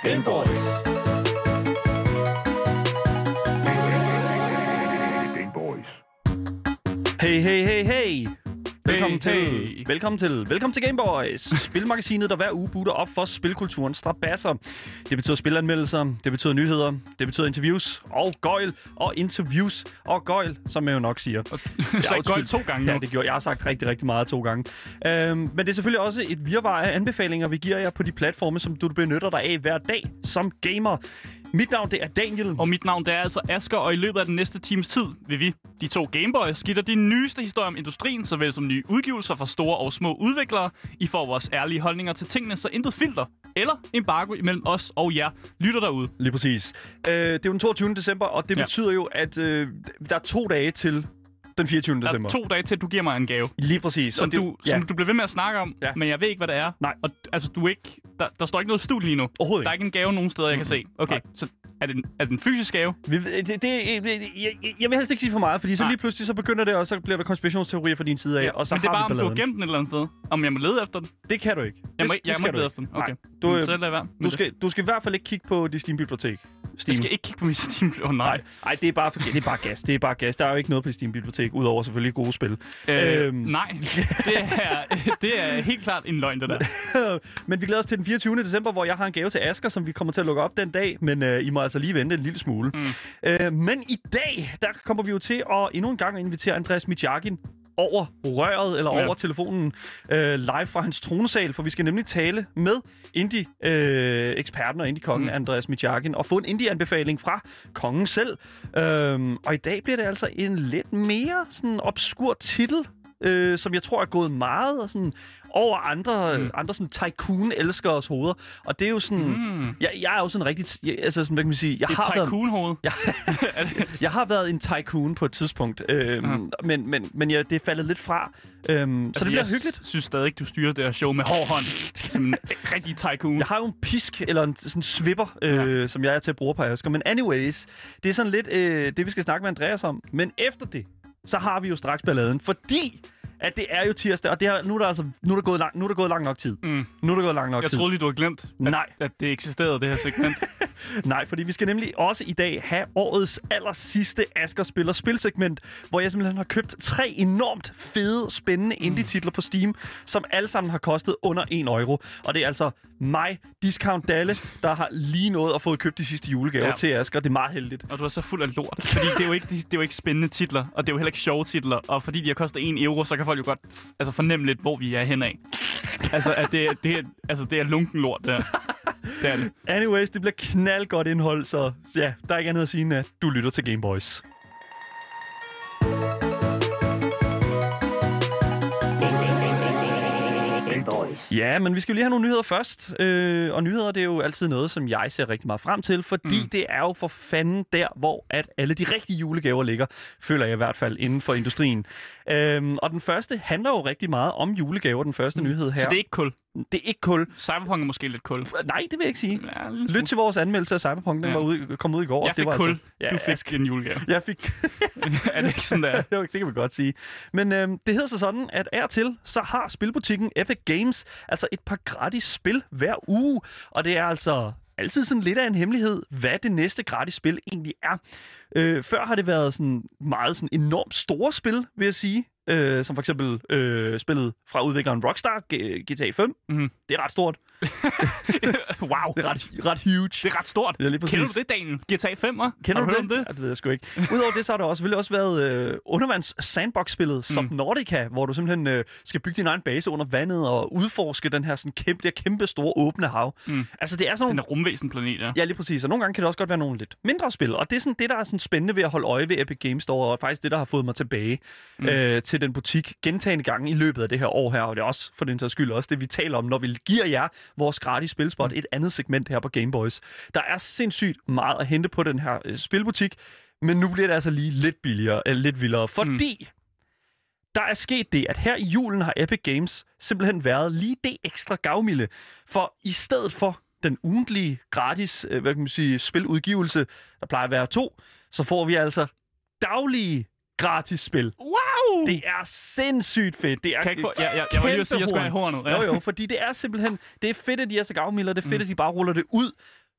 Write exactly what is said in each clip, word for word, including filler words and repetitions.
Gameboys. Hey, hey, hey, hey. Velkommen hey, til, hey. velkommen til, velkommen til Gameboys, spilmagasinet, der hver uge butter op for spilkulturens strabasser. Det betyder spilanmeldelser, det betyder nyheder, det betyder interviews og gøjl og interviews og gøjl, som man jo nok siger. Du sagde gøjl to gange nu. Ja, det gjorde jeg. har sagt rigtig, rigtig meget to gange. Øhm, men det er selvfølgelig også et virvar af anbefalinger, vi giver jer på de platforme, som du benytter dig af hver dag som gamer. Mit navn, det er Daniel. Og mit navn, det er altså Asger, og i løbet af den næste times tid vil vi, de to Gameboys, give dig de nyeste historier om industrien, såvel som nye udgivelser fra store og små udviklere. I får vores ærlige holdninger til tingene, så intet filter eller embargo imellem os og jer lytter derude. Lige præcis. Øh, det er jo den toogtyvende december, og det Ja. betyder jo, at øh, der er to dage til den fireogtyvende Der december. er to dage til, at du giver mig en gave, Lige præcis. som, Og det, du, ja, som du bliver ved med at snakke om, Ja. men jeg ved ikke, hvad det er. Nej. Og altså, du er ikke, der, der står ikke noget studie lige nu. overhovedet Der er ikke. ikke en gave nogen steder, jeg kan se. Okay, Nej. så er det, en, er det en fysisk gave? Vi, det, det, jeg, jeg, jeg vil helst ikke sige for meget, fordi så Nej. lige pludselig så begynder det, og så bliver der konspirationsteorier fra din side af, og så men det er har bare, vi om du har balladen. gemt den et eller andet sted. Om jeg må lede efter den? Det kan du ikke. Jeg må, det, ikke- jeg det må skal ikke du lede efter den. Okay. Nej. Du, Men øh, så lad være. du, skal, du skal i hvert fald ikke kigge på dit Steam-bibliotek. Steam. Jeg skal ikke kigge på mit Steam. Åh, oh, nej. Nej, nej, det er bare for, det er bare gas. Det er bare gas. Der er jo ikke noget på dit Steam-bibliotek, udover selvfølgelig gode spil. Øh, Øhm. Nej, det er, det er helt klart en løgn, det der. Men vi glæder os til den fireogtyvende december, hvor jeg har en gave til Asger, som vi kommer til at lukke op den dag. Men øh, I må altså lige vente en lille smule. Mm. Øh, men i dag, der kommer vi jo til at endnu en gang invitere Andreas Michagin over røret, eller Ja. over telefonen, øh, live fra hans tronesal, for vi skal nemlig tale med indie-eksperten og indie-kongen mm. Andreas Michagin, og få en indie-anbefaling fra kongen selv. Øhm, og i dag bliver det altså en lidt mere sådan obskur titel, øh, som jeg tror er gået meget sådan over andre, mm. andre sådan tycoon-elskers hoveder. Og det er jo sådan... Mm. Jeg, jeg er jo sådan rigtig... Jeg, altså sådan, hvad kan man sige... Jeg Et har været, tycoon-hoved. jeg, jeg har været en tycoon på et tidspunkt, øhm, Ja. men, men, men ja, det er faldet lidt fra. Øhm, altså, så det bliver jeg hyggeligt. Jeg synes stadig ikke, du styrer det her show med hård hånd. Som en rigtig tycoon. Jeg har jo en pisk, eller en sådan svipper, øh, ja. som jeg er til at bruge på Asger. Men anyways, det er sådan lidt øh, det, vi skal snakke med Andreas om. Men efter det, så har vi jo straks balladen, fordi at det er jo tirsdag, og det er, nu, er der altså, nu, er der gået lang, nu er der gået lang nok tid. Mm. Nu er der gået lang nok Jeg tid. troede lige, du havde glemt, at, Nej. at det eksisterede, det her segment. Nej, fordi vi skal nemlig også i dag have årets aller sidste Asger Spiller spilsegment, hvor jeg simpelthen har købt tre enormt fede, spændende indie-titler på Steam, som alle sammen har kostet under en euro. Og det er altså mig, Discount Dalle, der har lige nået at få købt de sidste julegaver ja. Ja. til Asger. Det er meget heldigt. Og du er så fuld af lort. Fordi det er, jo ikke, det er jo ikke spændende titler, og det er jo heller ikke sjove titler. Og fordi de har kostet en euro, så kan folk jo godt f- altså fornemme lidt, hvor vi er henad. Altså, at det, det, er, altså, det er lunken lort, der. Det er det. Anyways, det bliver knaldgodt indhold, så ja, der er ikke andet at sige, end at du lytter til Gameboys. Ja, men vi skal jo lige have nogle nyheder først. Øh, og nyheder, det er jo altid noget, som jeg ser rigtig meget frem til, fordi mm. det er jo for fanden der, hvor at alle de rigtige julegaver ligger, føler jeg i hvert fald inden for industrien. Øhm, og den første handler jo rigtig meget om julegaver, den første mm. nyhed her. Så det er ikke kul. Det er ikke kul. Cyberpunk er måske lidt kul. Nej, det vil jeg ikke sige. Ja, Lyt til vores anmeldelse af Cyberpunk, den Ja. var ude, kom ud i går. Jeg fik det var kul. Altså, ja, Du fik en julegave. Jeg fik... Er det ikke sådan, der? Jo, det kan vi godt sige. Men øhm, det hedder så sådan, at af og til, så har spilbutikken Epic Games altså et par gratis spil hver uge. Og det er altså altid sådan lidt af en hemmelighed, hvad det næste gratis spil egentlig er. Øh, før har det været sådan meget sådan enormt store spil, vil jeg sige. Øh, som for eksempel øh, spillet fra udvikleren Rockstar, G- GTA fem. Mm. Det er ret stort. Wow. Det er ret, ret huge. Det er ret stort. Ja, lige præcis. Kender du det, Daniel? G T A fem'er? Kender har du du det? hørt om det? Ja, det ved jeg sgu ikke. Udover det, så har der også, selvfølgelig også været øh, undervands-sandbox-spillet Subnautica, hvor du simpelthen øh, skal bygge din egen base under vandet og udforske den her sådan kæmpe, det her kæmpe store åbne hav. Mm. Altså, det er sådan Den nogle... er rumvæsenplanet, ja. Ja, lige præcis. Og nogle gange kan det også godt være nogle lidt mindre spil. Og det er sådan det, der er sådan spændende ved at holde øje ved Epic Games Store, og faktisk det, der har fået mig tilbage mm. øh, til den butik gentagne gange i løbet af det her år her. Og det er også for den sags skyld også det, vi taler om, når vi giver jer vores gratis spilspot, mm. et andet segment her på Gameboys. Der er sindssygt meget at hente på den her øh, spilbutik, men nu bliver det altså lige lidt billigere, eller lidt vildere, fordi mm. der er sket det, at her i julen har Epic Games simpelthen været lige det ekstra gavmilde, for i stedet for den ugentlige gratis, øh, hvad kan man sige, spiludgivelse, der plejer at være to, så får vi altså daglige gratis spil. Wow! Det er sindssygt fedt. Det er Kan jeg, ikke få, jeg, jeg, jeg var lige at sige, at jeg skulle have hornet. Ja. Jo, jo, fordi det er simpelthen, det er fedt, at de er så gavmilde, og det er fedt, mm. at de bare ruller det ud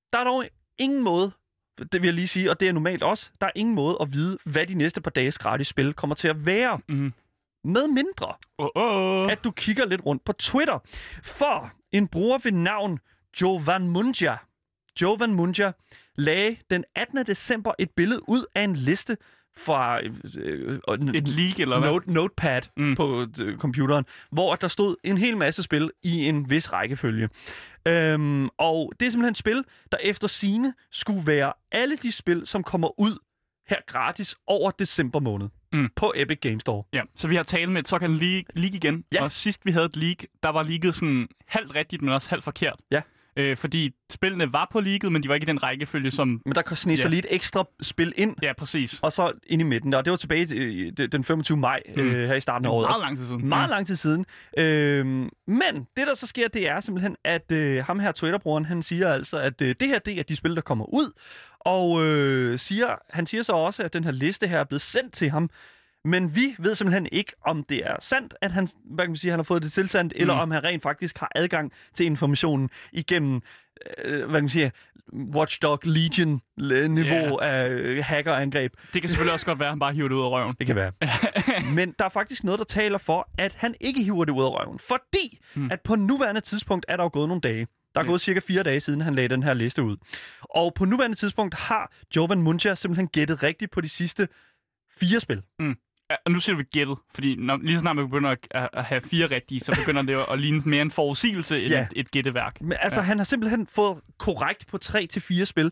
der er dog ingen måde, det vil jeg lige sige, og det er normalt også, der er ingen måde at vide, hvad de næste par dages gratis spil kommer til at være. Mm. Med mindre, oh, oh. at du kigger lidt rundt på Twitter. For en bruger ved navn Jovan Munja, Jovan Munja lagde den attende december et billede ud af en liste fra øh, et leak eller hvad? Note, notepad mm. på øh, computeren, hvor der stod en hel masse spil i en vis rækkefølge. Øhm, og det er simpelthen et spil, der efter sigende skulle være alle de spil, som kommer ud her gratis over december måned mm. på Epic Games Store. Ja, så vi har talt med et såkaldt leak, leak igen, ja. Og sidst vi havde et leak, der var leaget sådan halvt rigtigt, men også halvt forkert. Ja. Øh, fordi spillene var på leaget, men de var ikke i den rækkefølge, som... Men der kan snige sig ja. lige et ekstra spil ind. Ja, præcis. Og så ind i midten. Og det var tilbage øh, den femogtyvende maj mm. øh, her i starten af året. Meget lang tid siden. Meget mm. lang tid siden. Øh, men det, der så sker, det er simpelthen, at øh, ham her Twitter-brugeren, han siger altså, at øh, det her, det er de spil, der kommer ud. Og øh, siger, han siger så også, at den her liste her er blevet sendt til ham. Men vi ved simpelthen ikke, om det er sandt, at han, hvad kan man sige, han har fået det tilsendt, mm. eller om han rent faktisk har adgang til informationen igennem, øh, hvad kan man sige, Watchdog Legion-niveau yeah. af hackerangreb. Det kan selvfølgelig også godt være, at han bare hiver det ud af røven. Det kan være. Men der er faktisk noget, der taler for, at han ikke hiver det ud af røven. Fordi, mm. at på nuværende tidspunkt er der jo gået nogle dage. Der er yeah. gået cirka fire dage siden, han lagde den her liste ud. Og på nuværende tidspunkt har Jovan Munja simpelthen gættet rigtigt på de sidste fire spil. Mm. Ja, og nu siger vi gættet, fordi når, lige så snart man begynder at, at have fire rigtige, så begynder det at ligne mere en forudsigelse end ja. et, et gætteværk. Men altså, ja. han har simpelthen fået korrekt på tre til fire spil.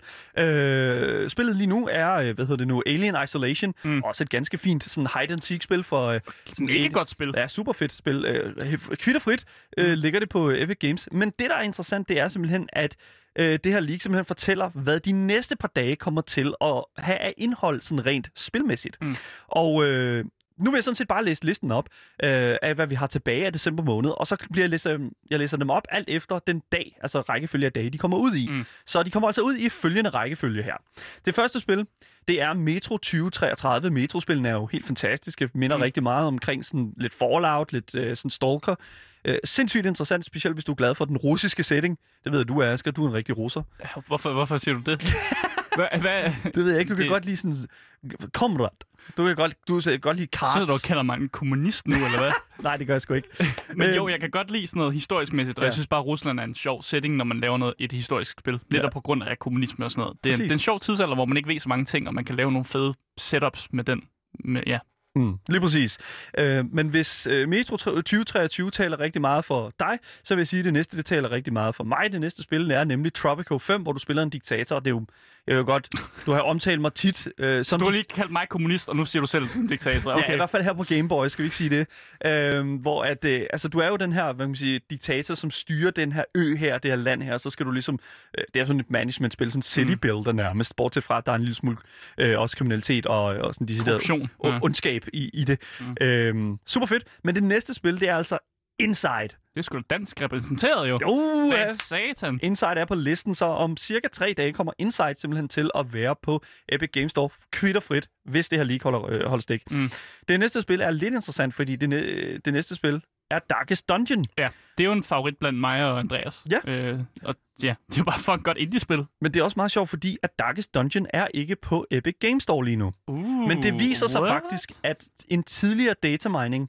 Øh, spillet lige nu er, hvad hedder det nu, Alien Isolation. Mm. Også et ganske fint sådan hide-and-seek-spil for... Øh, sådan ikke et godt spil. Ja, super fedt spil. Øh, kvitterfrit øh, mm. ligger det på Epic Games. Men det, der er interessant, det er simpelthen, at øh, det her leak simpelthen fortæller, hvad de næste par dage kommer til at have af indhold sådan rent spilmæssigt. Mm. Og øh, nu vil jeg sådan set bare læse listen op øh, af, hvad vi har tilbage af december måned, og så bliver jeg, læser, jeg læser dem op alt efter den dag, altså rækkefølge af dage, de kommer ud i. Mm. Så de kommer altså ud i følgende rækkefølge her. Det første spil, det er Metro tyve treogtredive. Metro-spillene er jo helt fantastiske, minder mm. rigtig meget omkring sådan lidt Fallout, lidt øh, sådan Stalker. Øh, sindssygt interessant, specielt hvis du er glad for den russiske setting. Det ved du, Asger, du er en rigtig russer. Hvorfor, hvorfor siger du det? Hvad, hvad? Det ved jeg ikke, du kan det... godt lide sådan... Komrad. Du kan godt, du kan godt lide cards. Så du kalder mig en kommunist nu, eller hvad? Nej, det gør jeg sgu ikke. Men jo, jeg kan godt lide sådan noget historisk mæssigt, og ja. jeg synes bare, at Rusland er en sjov setting, når man laver noget, et historisk spil. Netop ja. på grund af kommunisme og sådan noget. Det er, det er en sjov tidsalder, hvor man ikke ved så mange ting, og man kan lave nogle fede setups med den. Med, ja. Mm, lige præcis. Øh, men hvis øh, Metro tyve treogtyve taler rigtig meget for dig, så vil jeg sige, at det næste det taler rigtig meget for mig. Det næste spil er nemlig Tropico fem, hvor du spiller en diktator. Det er jo, jeg vil godt, du har omtalt mig tit. Øh, som du har lige kaldt mig kommunist, og nu siger du selv diktator. Okay. Ja, i hvert fald her på Game Boy, skal vi ikke sige det. Øh, hvor at, øh, altså, du er jo den her, hvad kan man sige, diktator, som styrer den her ø her, det her land her. Så skal du ligesom, øh, det er sådan et management-spil, sådan city builder nærmest, bortset fra, at der er en lille smule øh, også kriminalitet og, og sådan decideret ja. ondskab i, i det. Mm. Øhm, super fedt. Men det næste spil, det er altså Inside. Det er sgu dansk repræsenteret jo. Jo, ja. Satan. Inside er på listen, så om cirka tre dage kommer Inside simpelthen til at være på Epic Games Store kvitterfrit, hvis det her lige holder, øh, holder stik. Mm. Det næste spil er lidt interessant, fordi det, næ- det næste spil er Darkest Dungeon. Ja, det er jo en favorit blandt mig og Andreas. Ja. Øh, og ja, det er jo bare for et godt indie-spil. Men det er også meget sjovt, fordi at Darkest Dungeon er ikke på Epic Games Store lige nu. Uh, Men det viser sig what? faktisk, at en tidligere datamining,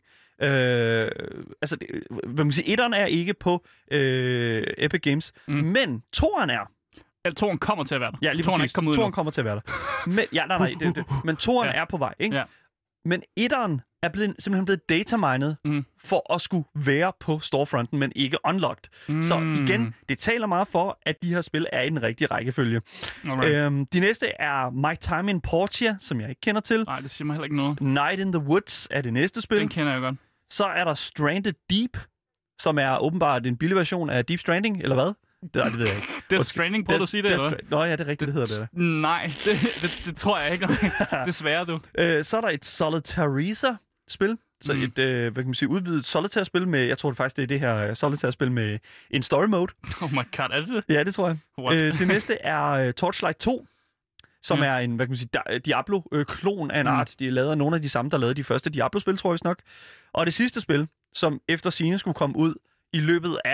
øh, altså, det, hvad man siger, etteren er ikke på øh, Epic Games, mm. men toeren er. Eller toeren kommer til at være der. Ja, lige toeren præcis. Toeren toeren kommer til at være der. Men, ja, nej, nej, det, det. Men toeren ja. er på vej, ikke? Ja. Men etteren er blevet, simpelthen blevet dataminet mm. for at skulle være på storefronten, men ikke unlocked. Mm. Så igen, det taler meget for, at de her spil er i den rigtige rækkefølge. Øhm, de næste er My Time in Portia, som jeg ikke kender til. Nej, det siger mig heller ikke noget. Night in the Woods er det næste spil. Den kender jeg godt. Så er der Stranded Deep, som er åbenbart en billig version af Deep Stranding, eller hvad? Det, det ved jeg ikke. Death Stranding, prøvede du at sige det, eller hvad? Nå ja, det er rigtigt, det hedder det. Nej, det, det, det tror jeg ikke. Desværre, du. Øh, så er der et Solitaire-spil. Så mm. et, øh, hvad kan man sige, udvidet Solitaire-spil med, jeg tror det faktisk, det er det her Solitaire-spil med en story mode. Oh my god, er det det? Ja, det tror jeg. Øh, det næste er uh, Torchlight to, som mm. er en, hvad kan man sige, Diablo-klon af en mm. art. De er lavet af nogle af de samme, der lavede de første Diablo-spil, tror jeg nok. Og det sidste spil, som efter sigende skulle komme ud i løbet af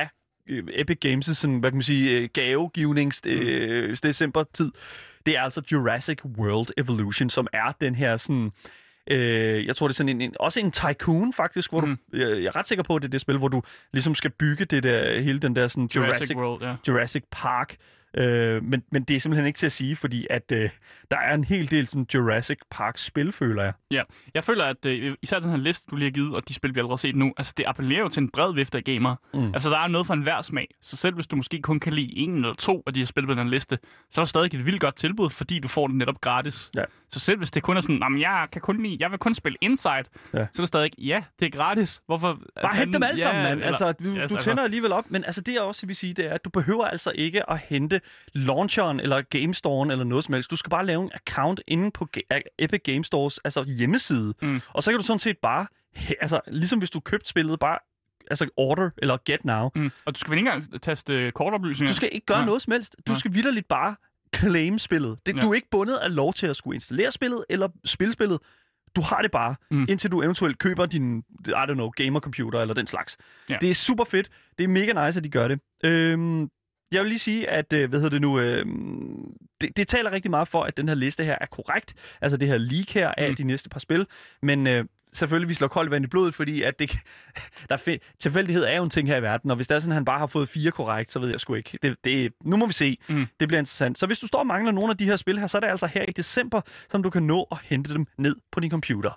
Epic Games' sådan, hvad kan man sige, gavegivnings øh, december-tid, det er altså Jurassic World Evolution, som er den her sådan... Øh, jeg tror, det er sådan en, en, også en tycoon, faktisk, hvor mm. du, jeg, jeg er ret sikker på, at det er det spil, hvor du ligesom skal bygge det der, hele den der sådan Jurassic, Jurassic, World, ja. Jurassic Park. Øh, men, men det er simpelthen ikke til at sige, fordi at øh, der er en hel del sådan Jurassic Park-spil, føler jeg. Ja, jeg føler, at øh, især den her liste, du lige har givet, og de spil, vi allerede har set nu, altså det appellerer jo til en bred vifte af gamere. Mm. Altså der er noget for enhver smag, så selv hvis du måske kun kan lide en eller to af de her spil på den liste, så er der stadig et vildt godt tilbud, fordi du får det netop gratis. Ja. Så selv hvis det kun er sådan, jamen jeg kan kun lide, jeg vil kun spille Inside, ja. Så er det stadig, ja, det er gratis. Hvorfor? Bare hente dem alle ja, sammen, mand. Eller, altså, du, yes, du tænder altså. alligevel op, men altså det jeg også vil sige, det er, at du behøver altså ikke at hente launcheren eller Game Store'en eller noget som helst. Du skal bare lave en account inde på Epic Game Stores, altså hjemmeside. Mm. Og så kan du sådan set bare, altså ligesom hvis du købte spillet, bare altså order eller get now. Mm. Og du skal vel ikke engang taste kortoplysninger? Du skal ikke gøre ja. noget som helst. Du ja. skal vitterligt bare claim spillet. Det, ja. Du er ikke bundet af lov til at skulle installere spillet eller spille spillet. Du har det bare, mm. indtil du eventuelt køber din, I don't know, gamer-computer eller den slags. Ja. Det er super fedt. Det er mega nice, at de gør det. Øhm, jeg vil lige sige, at, hvad hedder det nu, øh, det, det taler rigtig meget for, at den her liste her er korrekt. Altså det her leak her af mm. de næste par spil. Men øh, selvfølgelig, vi slår koldt vand i blodet, fordi at det, der er tilfældighed er jo en ting her i verden. Og hvis det er sådan, at han bare har fået fire korrekt, så ved jeg sgu ikke. Det, det, nu må vi se. Mm. Det bliver interessant. Så hvis du står og mangler nogle af de her spil her, så er det altså her i december, som du kan nå at hente dem ned på din computer.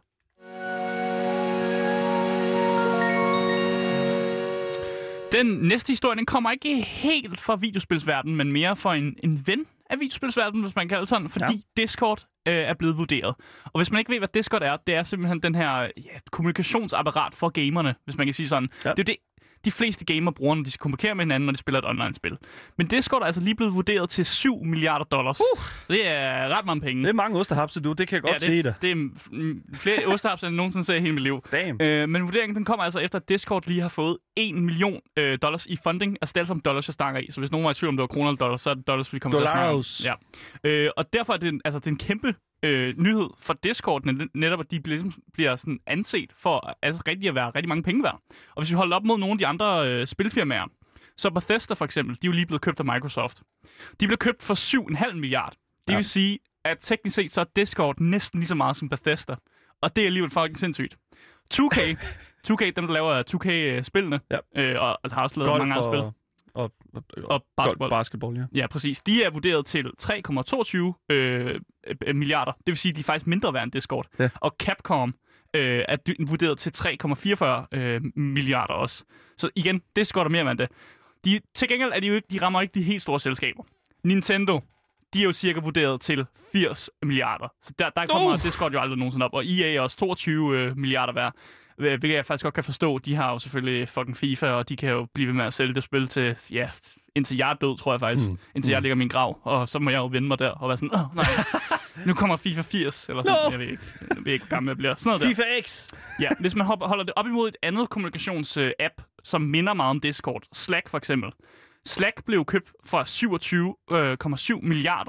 Den næste historie, den kommer ikke helt fra videospilsverdenen, men mere fra en, en ven af videospilsverdenen, hvis man kan kalde sådan, fordi ja. Discord øh, er blevet vurderet. Og hvis man ikke ved, hvad Discord er, det er simpelthen den her ja, kommunikationsapparat for gamerne, hvis man kan sige sådan. Ja. Det er det, de fleste gamer bruger, når de skal kommunikere med hinanden, når de spiller et online-spil. Men Discord er altså lige blevet vurderet til syv milliarder dollars. Uh. Det er ret mange penge. Det er mange ostehapser, du. Det kan jeg godt ja, det, se dig. Det er flere ostehapser, end jeg nogensinde ser i hele mit liv. Damn. Øh, men vurderingen den kommer altså efter, at Discord lige har fået en million øh, dollars i funding. Altså det er altså om dollars, jeg snakker i. Så hvis nogen var i tvivl om det var kroner eller dollars, så er det dollars, vi kommer dollars. til at snakke om. Ja. Øh, og derfor er det, altså, det er en kæmpe øh, nyhed for Discord, netop at de bliver, bliver sådan anset for altså, rigtig at være rigtig mange penge værd. Og hvis vi holder op mod nogle af de andre øh, spilfirmaer, så Bethesda for eksempel, de er jo lige blevet købt af Microsoft. De blev købt for syv komma fem milliarder. Det ja. vil sige, at teknisk set så er Discord næsten lige så meget som Bethesda. Og det er alligevel fucking sindssygt. to K, to K dem der laver to K-spillene, ja. øh, og har også lavet Golf mange andre spil. Og, og, og, og basketball. basketball, ja. Ja, præcis. De er vurderet til tre komma toogtyve øh, milliarder. Det vil sige, at de er faktisk mindre værd end Discord. Ja. Og Capcom øh, er vurderet til tre komma fireogfyrre øh, milliarder også. Så igen, Discord er mere end det. De, til gengæld er de jo ikke, de rammer ikke de helt store selskaber. Nintendo, de er jo cirka vurderet til firs milliarder. Så der, der kommer uh. Discord jo aldrig nogensinde op. Og E A er også toogtyve øh, milliarder værd. Hvilket jeg faktisk godt kan forstå. De har jo selvfølgelig fucking FIFA, og de kan jo blive ved med at sælge det spil til, ja, indtil jeg er død, tror jeg faktisk. Mm. Indtil mm. jeg ligger i min grav, og så må jeg jo vende mig der og være sådan, åh, nej, nu kommer FIFA firs, eller sådan, no. jeg ved ikke, jeg ved ikke, hvor gammel jeg bliver. Sådan noget FIFA der. X! Ja, hvis man holder det op imod et andet kommunikations-app, som minder meget om Discord, Slack for eksempel. Slack blev købt for syvogtyve komma syv milliarder.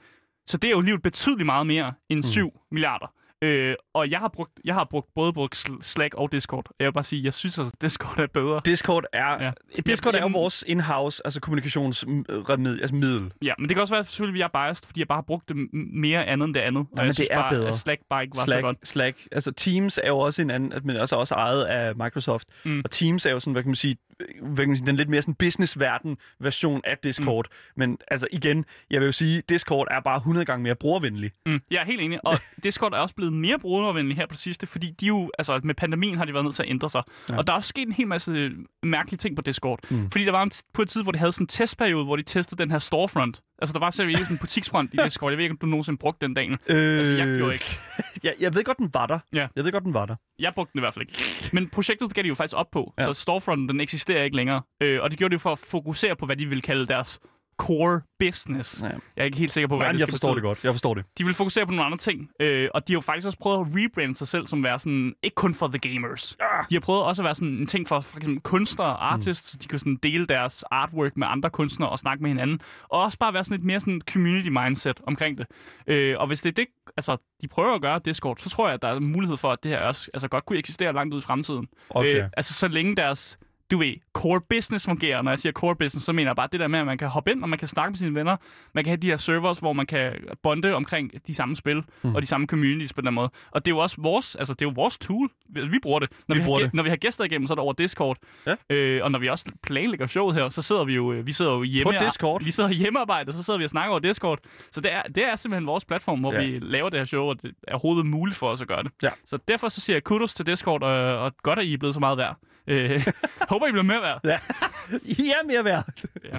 Så det er jo alligevel betydeligt meget mere end mm. syv milliarder. Øh, og jeg har brugt, jeg har brugt både brugt Slack og Discord. Jeg vil bare sige, jeg synes altså, Discord er bedre. Discord er, ja. Discord er jo vores in-house, altså kommunikationsmiddel. Altså middel. Ja, men det kan også være selvfølgelig, at jeg er biased, fordi jeg bare har brugt det mere andet end det andet. Ja, men det er bare, bedre. At Slack bare ikke var Slack, så godt. Slack, altså Teams er jo også en anden, men altså også ejet af Microsoft. Mm. Og Teams er jo sådan, hvad kan man sige, hvad kan man sige den lidt mere sådan business-verden version af Discord. Mm. Men altså igen, jeg vil jo sige, Discord er bare hundrede gange mere brugervenlig. Mm. Jeg er helt enig. Og Discord er også blevet mere brugervenlig her på det sidste, fordi de jo, altså med pandemien har de været nødt til at ændre sig. Ja. Og der er også sket en hel masse mærkelige ting på Discord. Mm. Fordi der var en, på et tid, hvor de havde sådan en testperiode, hvor de testede den her storefront. Altså der var seriøst sådan en butiksfront i Discord. Jeg ved ikke, om du nogensinde brugte den dagen. Øh... Altså jeg gjorde ikke. jeg, jeg ved godt, den var der. Ja. Jeg ved godt, den var der. Jeg brugte den i hvert fald ikke. Men projektet gav de jo faktisk op på. Ja. Så storefronten, den eksisterer ikke længere. Øh, og det gjorde det for at fokusere på, hvad de ville kalde deres core business. Ja. Jeg er ikke helt sikker på, hvad Nej, det skal jeg forstår betyde. det godt. Jeg forstår det. De vil fokusere på nogle andre ting. Øh, og de har jo faktisk også prøvet at rebrande sig selv som være sådan, ikke kun for the gamers. Ah. De har prøvet også at være sådan en ting for, for eksempel kunstnere og artists, mm. så de kan sådan dele deres artwork med andre kunstnere og snakke med hinanden. Og også bare være sådan lidt mere sådan community mindset omkring det. Øh, og hvis det er det, altså de prøver at gøre Discord, så tror jeg, at der er mulighed for, at det her også altså, godt kunne eksistere langt ud i fremtiden. Okay. Øh, altså så længe deres du ved, core business fungerer. Når jeg siger core business, så mener jeg bare det der med, at man kan hoppe ind, og man kan snakke med sine venner. Man kan have de her servers, hvor man kan bonde omkring de samme spil, mm. og de samme communities på den måde. Og det er jo også vores, altså det er jo vores tool. Vi bruger det. Når vi, vi, bruger har, det. Når vi har gæster igennem, så er det over Discord. Ja. Øh, og når vi også planlægger showet her, så sidder vi jo, vi sidder jo hjemme. På Discord? Vi sidder hjemmearbejdet, så sidder vi og snakker over Discord. Så det er, det er simpelthen vores platform, hvor ja. vi laver det her show, og det er overhovedet muligt for os at gøre det. Ja. Så derfor så siger jeg kudos til Discord, og, og godt, at I er blevet så meget værd. Øh, håber, I bliver mere værd. Ja, I er mere værd. Ja.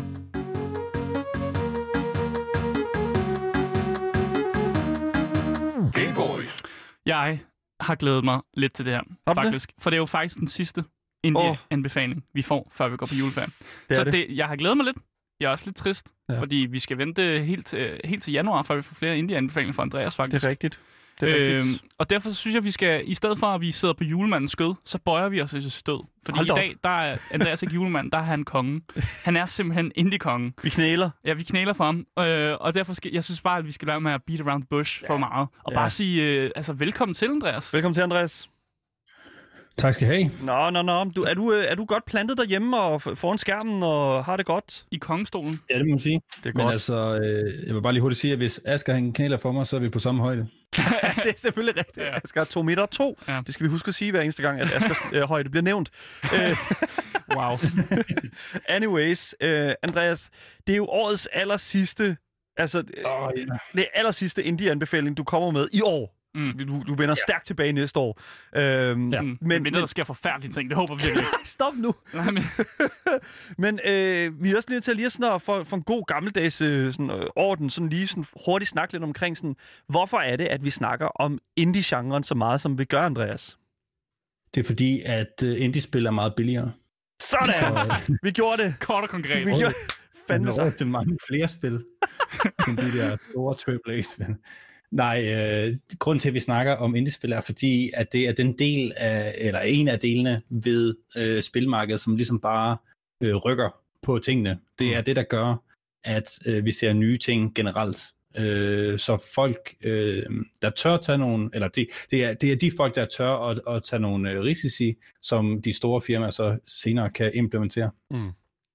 Jeg har glædet mig lidt til det her, Har faktisk. Det? For det er jo faktisk den sidste indie-anbefaling, oh. vi får, før vi går på juleferie. Det så det. Det, jeg har glædet mig lidt. Jeg er også lidt trist, ja. fordi vi skal vente helt til, helt til januar, før vi får flere indie-anbefalinger fra Andreas, faktisk. Det er rigtigt. Det er rigtigt. Øhm, og derfor så synes jeg, at vi skal, i stedet for at vi sidder på julemandens skød, så bøjer vi os i stød. Fordi Hold i dag, der er Andreas ikke julemand, der er han kongen. Han er simpelthen indie-kongen. Vi knæler. Ja, vi knæler for ham. Øh, og derfor skal, jeg synes bare, at vi skal lade med at beat around the bush ja. for meget. Og ja. bare sige, øh, altså velkommen til, Andreas. Velkommen til, Andreas. Tak skal I have. Nå, nå, nå. Du, er, du, er du godt plantet derhjemme og foran skærmen og har det godt? I kongestolen? Ja, det må man sige. Det er Men godt. altså, øh, jeg vil bare lige hurtigt sige, at hvis Asger han knæler for mig, så er vi på samme højde. Det er selvfølgelig rigtigt. Ja. Asger er to meter to. Ja. Det skal vi huske at sige hver eneste gang, at Asgers øh, højde bliver nævnt. Wow. Anyways, øh, Andreas, det er jo årets aller sidste, altså oh, yeah. det aller sidste indie-anbefaling, du kommer med i år. Mm. Du, du vender ja. stærkt tilbage næste år. Øhm, ja. Men, men, men der sker forfærdelige ting, det håber vi virkelig. Stop nu! Nej, men men øh, vi er også lige til at lige sådan, for, for en god gammeldags øh, sådan, øh, orden, sådan lige sådan hurtigt snakke lidt omkring, sådan, hvorfor er det, at vi snakker om indie-genren så meget, som vi gør, Andreas? Det er fordi, at uh, indie-spil er meget billigere. Sådan! Så, øh, vi gjorde det! Kort og konkret. Vi gjorde fandme så. til mange flere spil, end de der store triple A-spil. Nej, øh, grunden til, at vi snakker om indie-spil er, fordi at det er den del af, eller en af delene ved øh, spilmarkedet, som ligesom bare øh, rykker på tingene. Det er det, der gør, at øh, vi ser nye ting generelt. Øh, så folk, øh, der tør tage nogle, eller det, det, er, det er de folk, der tør at, at tage nogle øh, risici, som de store firmaer så senere kan implementere. Mm.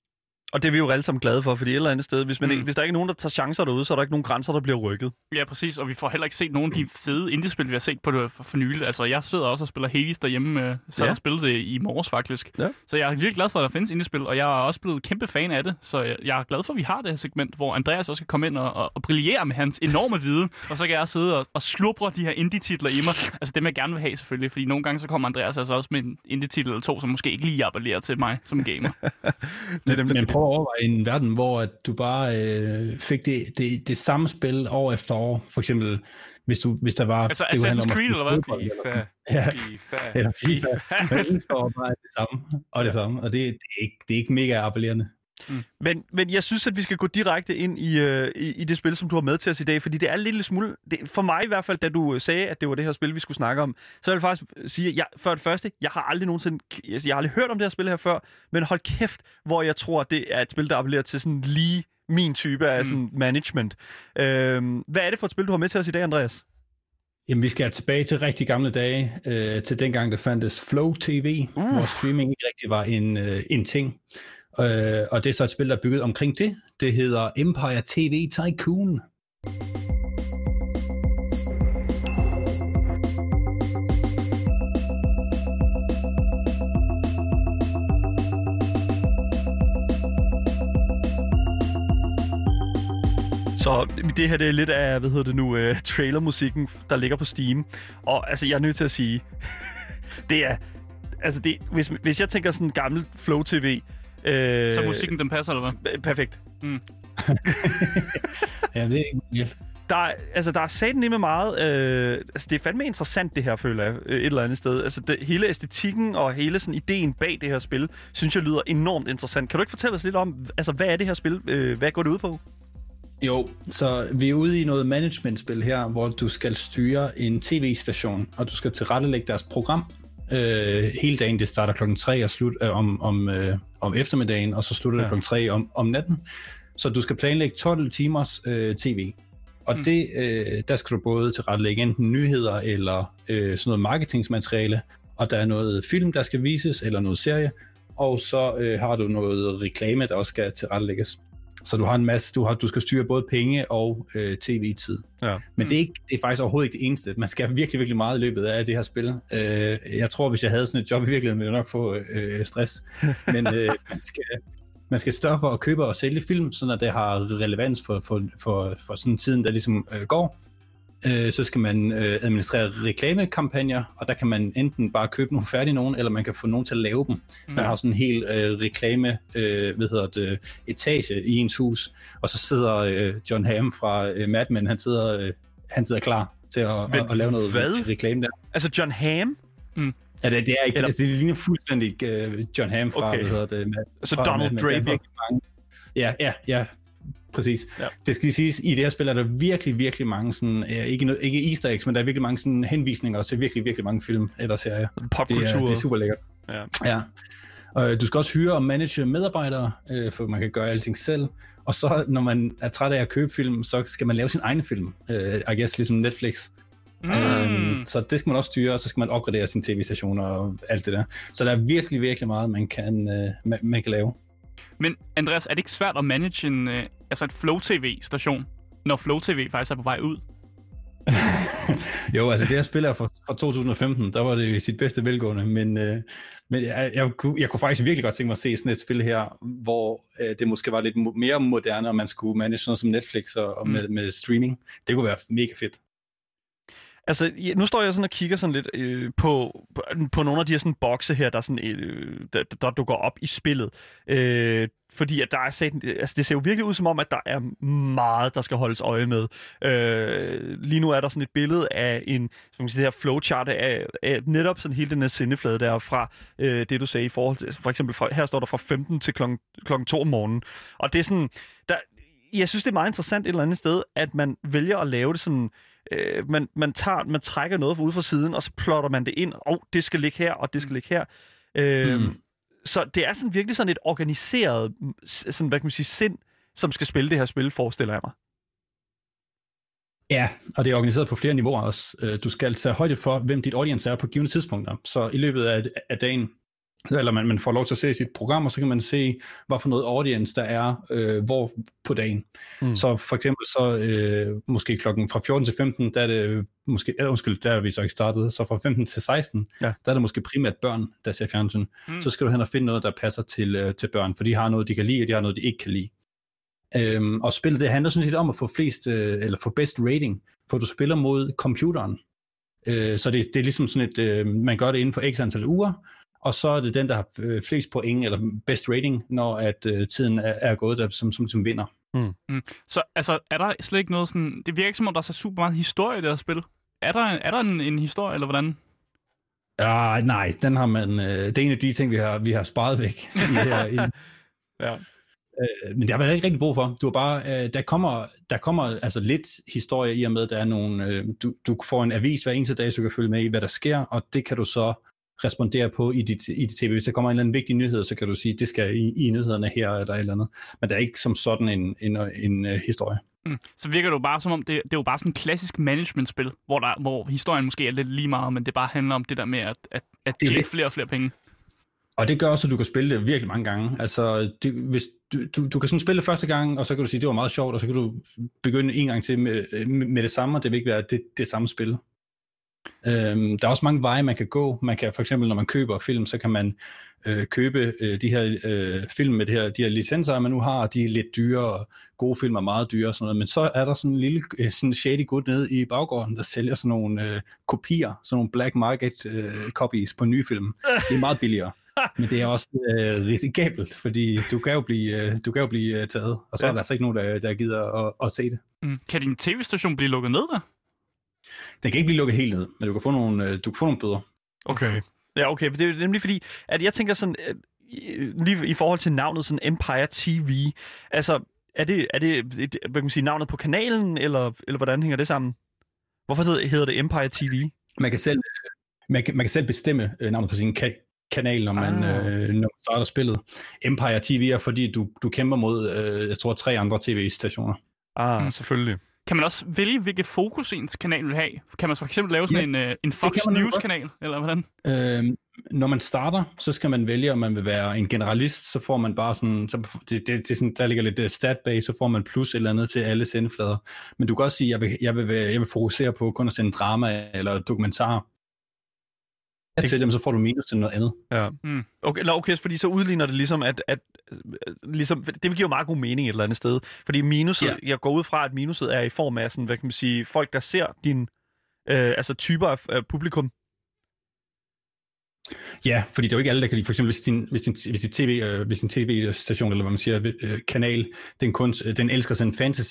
Og det er vi jo alle sammen glade for, fordi et eller andet sted, hvis, man mm. ikke, hvis der ikke er nogen, der tager chancer derude, så er der ikke nogen grænser, der bliver rykket. Ja, præcis, og vi får heller ikke set nogen af de fede indie-spil, vi har set på det for, for nylig. Altså, jeg sidder også og spiller Hades derhjemme, så ja. jeg spillet det i morges faktisk. Ja. Så jeg er virkelig glad for, at der findes indie-spil, og jeg er også blevet kæmpe fan af det, så jeg, jeg er glad for, at vi har det her segment, hvor Andreas også kan komme ind og, og, og brillere med hans enorme viden, og så kan jeg sidde og, og slubre de her indie-titler i mig. Altså, dem jeg gerne vil have selvfølgelig, fordi nogle gange så kommer Andreas altså også med en indie-titel eller to, som måske ikke lige appellerer til mig som gamer. det, men prøv at overveje en verden, hvor at du bare øh, fik det, det, det samme spil år efter år. For eksempel, hvis, du, hvis der var... Altså Assassin's Creed, eller hvad? FIFA. Ja, FIFA. Eller FIFA. Men eneste år bare det samme, og det ja. samme. Og det, det, er ikke, det er ikke mega appellerende. Mm. Men, men jeg synes, at vi skal gå direkte ind i, uh, i, i det spil, som du har med til os i dag, fordi det er en lille smule... Det, for mig i hvert fald, da du sagde, at det var det her spil, vi skulle snakke om, så vil jeg faktisk sige, at jeg, for det første, jeg har aldrig nogensinde... Jeg har aldrig hørt om det her spil her før, men hold kæft, hvor jeg tror, det er et spil, der appellerer til sådan lige min type af mm. sådan management. Uh, hvad er det for et spil, du har med til os i dag, Andreas? Jamen, vi skal tilbage til rigtig gamle dage, øh, til dengang, der fandtes Flow T V, uh. hvor streaming ikke rigtig var en, øh, en ting. Uh, og det er så et spil, der er bygget omkring det. Det hedder Empire T V Tycoon. Så det her, det er lidt af, hvad hedder det nu, uh, trailermusikken, der ligger på Steam. Og altså, jeg er nødt til at sige, det er, altså det, hvis, hvis jeg tænker sådan en gammel Flow T V, Øh, så musikken, den passer, eller hvad? Perfekt. Mm. ja, det er ikke helt. Der, altså, der er satan med meget... Øh, altså, det er fandme interessant, det her, føler jeg, et eller andet sted. Altså, det, hele æstetikken og hele sådan, ideen bag det her spil, synes jeg lyder enormt interessant. Kan du ikke fortælle os lidt om, altså, hvad er det her spil? Øh, hvad går det ud på? Jo, så vi er ude i noget managementspil her, hvor du skal styre en tv-station, og du skal tilrettelægge deres program. Øh, hele dagen, det starter klokken tre og slut, øh, om, om, øh, om eftermiddagen, og så slutter det ja. klokken tre om, om natten. Så du skal planlægge tolv timers øh, tv. Og mm. det, øh, der skal du både tilrettelægge enten nyheder eller øh, sådan noget marketingsmateriale, og der er noget film, der skal vises, eller noget serie, og så øh, har du noget reklame, der også skal tilrettelægges. Så du har en masse, du, har, du skal styre både penge og øh, tv-tid. Ja. Men det er, ikke, det er faktisk overhovedet ikke det eneste. Man skal virkelig, virkelig meget i løbet af det her spil. Øh, jeg tror, hvis jeg havde sådan et job i virkeligheden, ville jeg nok få øh, stress. Men øh, man skal... Man skal større for at købe og sælge film, så når det har relevans for, for, for, for sådan tiden, der ligesom øh, går. Øh, så skal man øh, administrere reklamekampagner, og der kan man enten bare købe nogle færdige nogen, eller man kan få nogen til at lave dem. Mm. Man har sådan en hel øh, reklame, øh, hvad hedder det, etage i ens hus, og så sidder øh, John Hamm fra øh, Mad Men, han sidder, øh, han sidder klar til at, at, at lave noget hvad? reklame der. Altså John Hamm? Mm. Ja, det, det er ikke, Eller... det, det ligner fuldstændig uh, John Hamm fra, okay. hvad hedder det? Med, så fra, Donald med, Draper? Mange... Ja, ja, ja, præcis. Ja. Det skal lige siges, i det her spil er der virkelig, virkelig mange sådan, ja, ikke, no, ikke easter eggs, men der er virkelig mange sådan henvisninger til virkelig, virkelig mange film eller serier. Popkultur. Det er, det er super lækkert. Ja. Ja. Og du skal også hyre og manage medarbejdere, øh, for man kan gøre alting selv. Og så, når man er træt af at købe film, så skal man lave sin egen film. Øh, I guess, ligesom Netflix. Mm. Øhm, så det skal man også styre, og så skal man opgradere sine tv-stationer og alt det der. Så der er virkelig, virkelig meget, man kan, øh, man, man kan lave. Men Andreas, er det ikke svært at manage en, øh, altså et Flow T V-station, når Flow T V faktisk er på vej ud? Jo, altså det her spil er fra, fra to tusind og femten, der var det sit bedste velgående, men, øh, men jeg, jeg, kunne, jeg kunne faktisk virkelig godt tænke mig at se sådan et spil her, hvor øh, det måske var lidt mo- mere moderne, og man skulle manage sådan noget som Netflix og, og mm. med, med streaming. Det kunne være mega fedt. Altså, nu står jeg sådan og kigger sådan lidt øh, på, på, på nogle af de her sådan bokse her, der, sådan, øh, der, der dukker op i spillet. Øh, fordi at der er sat, altså, det ser jo virkelig ud som om, at der er meget, der skal holdes øje med. Øh, lige nu er der sådan et billede af en, som man siger her, flowchart af, af netop sådan hele den her sendeflade der fra øh, det, du sagde i forhold til, for eksempel fra, her står der fra femten til klokken, klokken to om morgenen. Og det er sådan, der, jeg synes, det er meget interessant et eller andet sted, at man vælger at lave det sådan, Øh, man, man, tager, man trækker noget fra ude fra siden, og så plotter man det ind, og oh, det skal ligge her, og det skal ligge her. Øh, mm. Så det er sådan virkelig sådan et organiseret sådan, hvad kan man sige, sind, som skal spille det her spil, forestiller jeg mig. Ja, og det er organiseret på flere niveauer også. Du skal tage højde for, hvem dit audience er på givne tidspunkter. Så i løbet af, af dagen, eller man, man får lov til at se sit program, og så kan man se, hvad for noget audience der er, øh, hvor på dagen. Mm. Så for eksempel så, øh, måske klokken fra fjorten til femten, der er det måske, eller undskyld, der er vi så ikke startet, så fra femten til seksten, ja. Der er det måske primært børn, der ser fjernsyn. Mm. Så skal du hen og finde noget, der passer til, øh, til børn, for de har noget, de kan lide, og de har noget, de ikke kan lide. Øhm, og spillet, det handler sådan set om at få flest, øh, eller få best rating, for du spiller mod computeren. Øh, så det, det er ligesom sådan et, øh, man gør det inden for x antal uger, og så er det den, der har øh, flest point, eller best rating, når at øh, tiden er, er gået, der, som, som, som vinder. Mm. Mm. Så altså, er der slet ikke noget sådan, det virker ikke som om, der er så super meget historie i det her spil. Er der, er der en, en historie, eller hvordan? Ja, nej, den har man, øh, det er en af de ting, vi har, vi har sparet væk i her. i, ja. Øh, men det har man ikke rigtig brug for. Du har bare, øh, der kommer, der kommer altså lidt historie i og med, der er nogle, øh, du, du får en avis hver eneste dag, så du kan følge med i, hvad der sker, og det kan du så respondere på i dit, i dit tv. Hvis der kommer en eller anden vigtig nyhed, så kan du sige, det skal i, i nyhederne her eller et eller andet. Men der er ikke som sådan en, en, en, en uh, historie. Mm. Så virker det jo bare som om, det, det er jo bare sådan en klassisk management-spil, hvor, der, hvor historien måske er lidt lige meget, men det bare handler om det der med at, at, at tjene flere og flere penge. Og det gør også, at du kan spille det virkelig mange gange. Altså, det, hvis du, du, du kan sådan spille det første gang, og så kan du sige, det var meget sjovt, og så kan du begynde en gang til med, med det samme, og det vil ikke være det, det samme spil. Øhm, der er også mange veje, man kan gå. Man kan for eksempel, når man køber film, så kan man øh, købe øh, de her øh, film med de her, de her licenser, man nu har, de er lidt dyre, og gode film er meget dyre og sådan noget. Men så er der sådan en lille øh, sådan shady gut nede i baggården, der sælger sådan nogle øh, kopier, sådan nogle black market øh, copies på nye film. Det er meget billigere. Men det er også øh, risikabelt, fordi du kan jo blive, øh, du kan jo blive øh, taget, og så ja. Er der altså ikke nogen, der, der gider at, at se det. Mm. Kan din tv-station blive lukket ned der? Den kan ikke blive lukket helt ned, men du kan få nogle, du kan få nogle bøder. Okay. Ja, okay. Det er nemlig fordi, at jeg tænker sådan, lige i forhold til navnet, sådan Empire T V, altså, er det, er det et, hvad kan man sige, navnet på kanalen, eller, eller hvordan hænger det sammen? Hvorfor hedder det Empire T V? Man kan selv, man kan, man kan selv bestemme navnet på sin ka- kanal, når man, ah. øh, når man starter spillet. Empire T V er, fordi du, du kæmper mod, øh, jeg tror, tre andre tv-stationer. Ah, mm. selvfølgelig. Kan man også vælge, hvilket fokus ens kanal vil have? Kan man for eksempel lave sådan ja, en, uh, en Fox News-kanal, eller hvordan? Øhm, når man starter, så skal man vælge, om man vil være en generalist, så får man bare sådan, så det, det, det er sådan, der ligger lidt stat bag, så får man plus eller andet til alle sendeflader. Men du kan også sige, at jeg vil, jeg vil, jeg vil fokusere på kun at sende drama eller dokumentarer. Til dem, så får du minus til noget andet. Ja. Mm. Okay, okay, fordi så udligner det ligesom, at, at ligesom, det giver jo meget god mening et eller andet sted. Fordi minuset, ja. jeg går ud fra, at minuset er i form af sådan, hvad kan man sige, folk, der ser din, øh, altså typer af øh, publikum. Ja, fordi det er jo ikke alle, der kan lide. For eksempel, hvis din, hvis din, hvis din, TV, øh, hvis din tv-station, eller hvad man siger, øh, kanal, den, kun, den elsker sådan fantasy,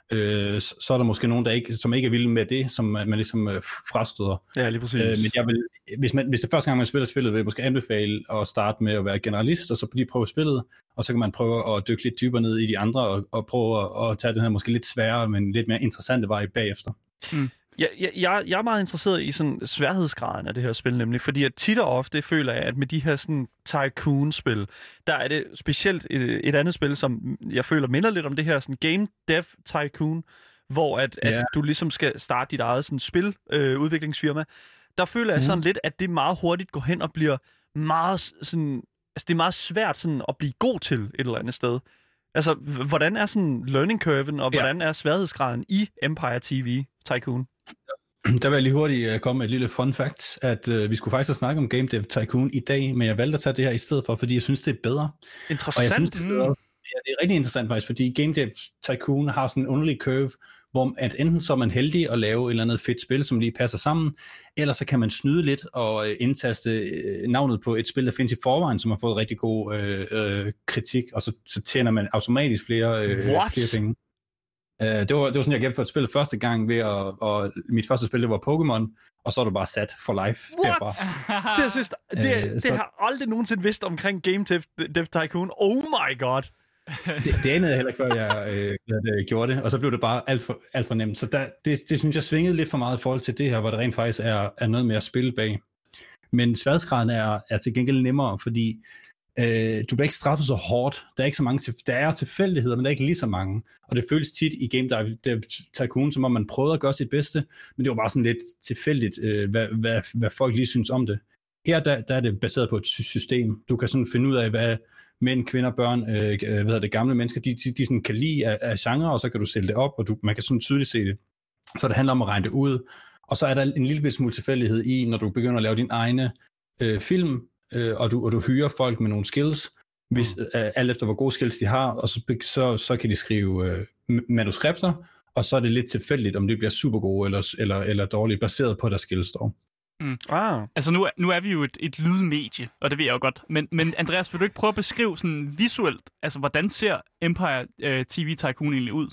øh, så er der måske nogen, der ikke, som ikke er vilde med det, som man, man ligesom øh, frastøder. Ja, lige præcis. Øh, men jeg vil, hvis, man, hvis det første gang, man spiller spillet, vil jeg måske anbefale at starte med at være generalist, og så lige prøve spillet, og så kan man prøve at dykke lidt dybere ned i de andre, og, og prøve at, at tage den her måske lidt sværere, men lidt mere interessante vej bagefter. Mm. Jeg, jeg, jeg er meget interesseret i sådan sværhedsgraden af det her spil, nemlig, fordi jeg tit og ofte føler jeg, at med de her sådan tycoon-spil, der er det specielt et, et andet spil, som jeg føler minder lidt om det her sådan game dev tycoon, hvor at, at yeah. du ligesom skal starte dit eget sådan spil øh, udviklingsfirma. Der føler jeg mm. sådan lidt, at det meget hurtigt går hen og bliver meget sådan, altså det er meget svært sådan at blive god til et eller andet sted. Altså, hvordan er sådan learning curven, og hvordan yeah. er sværhedsgraden i Empire T V Tycoon? Der vil jeg lige hurtigt uh, komme med et lille fun fact, at uh, vi skulle faktisk have snakket om Game Dev Tycoon i dag, men jeg valgte at tage det her i stedet for, fordi jeg synes, det er bedre. Interessant. Og jeg synes, det er, bedre. Ja, det er rigtig interessant faktisk, fordi Game Dev Tycoon har sådan en underlig curve, hvor at enten så er man heldig at lave et eller andet fedt spil, som lige passer sammen, eller så kan man snyde lidt og uh, indtaste uh, navnet på et spil, der findes i forvejen, som har fået rigtig god uh, uh, kritik, og så, så tjener man automatisk flere, uh, flere penge. Uh, det, var, det var sådan, jeg gennemførte spillet første gang ved at, og mit første spil, det var Pokémon, og så er du bare sat for life What? derfra. det, synes, det, uh, det så... har jeg aldrig nogensinde vidst omkring Game Dev, Dev Tycoon. Oh my god. det, det anede jeg heller ikke, før jeg øh, gjorde det, og så blev det bare alt for, alt for nemt. Så der, det, det synes jeg svingede lidt for meget i forhold til det her, hvor der rent faktisk er, er noget mere at spille bag. Men sværhedsgraden er, er til gengæld nemmere, fordi Øh, du bliver ikke straffet så hårdt. Der er ikke så mange til, der er tilfældigheder, men der er ikke lige så mange. Og det føles tit i Game Dev Tycoon, som om man prøvede at gøre sit bedste, men det var bare sådan lidt tilfældigt, øh, hvad, hvad, hvad folk lige synes om det. Her der, der er det baseret på et system. Du kan sådan finde ud af, hvad mænd, kvinder, børn, øh, hvad hedder det, gamle mennesker, de, de, de sådan kan lide af, af genre, og så kan du sælge det op, og du, man kan sådan tydeligt se det. Så det handler om at regne det ud. Og så er der en lille smule tilfældighed i, når du begynder at lave din egne øh, film, Øh, og, du, og du hyrer folk med nogle skills, hvis, mm. øh, alt efter hvor gode skills de har, og så, så, så kan de skrive øh, manuskripter, og så er det lidt tilfældigt, om de bliver super gode eller, eller, eller dårlige, baseret på deres skills dog. Mm. Ah. Altså nu, nu er vi jo et, et lydmedie, og det ved jeg jo godt, men, men Andreas, vil du ikke prøve at beskrive sådan visuelt, altså hvordan ser Empire øh, T V Tycoon egentlig ud?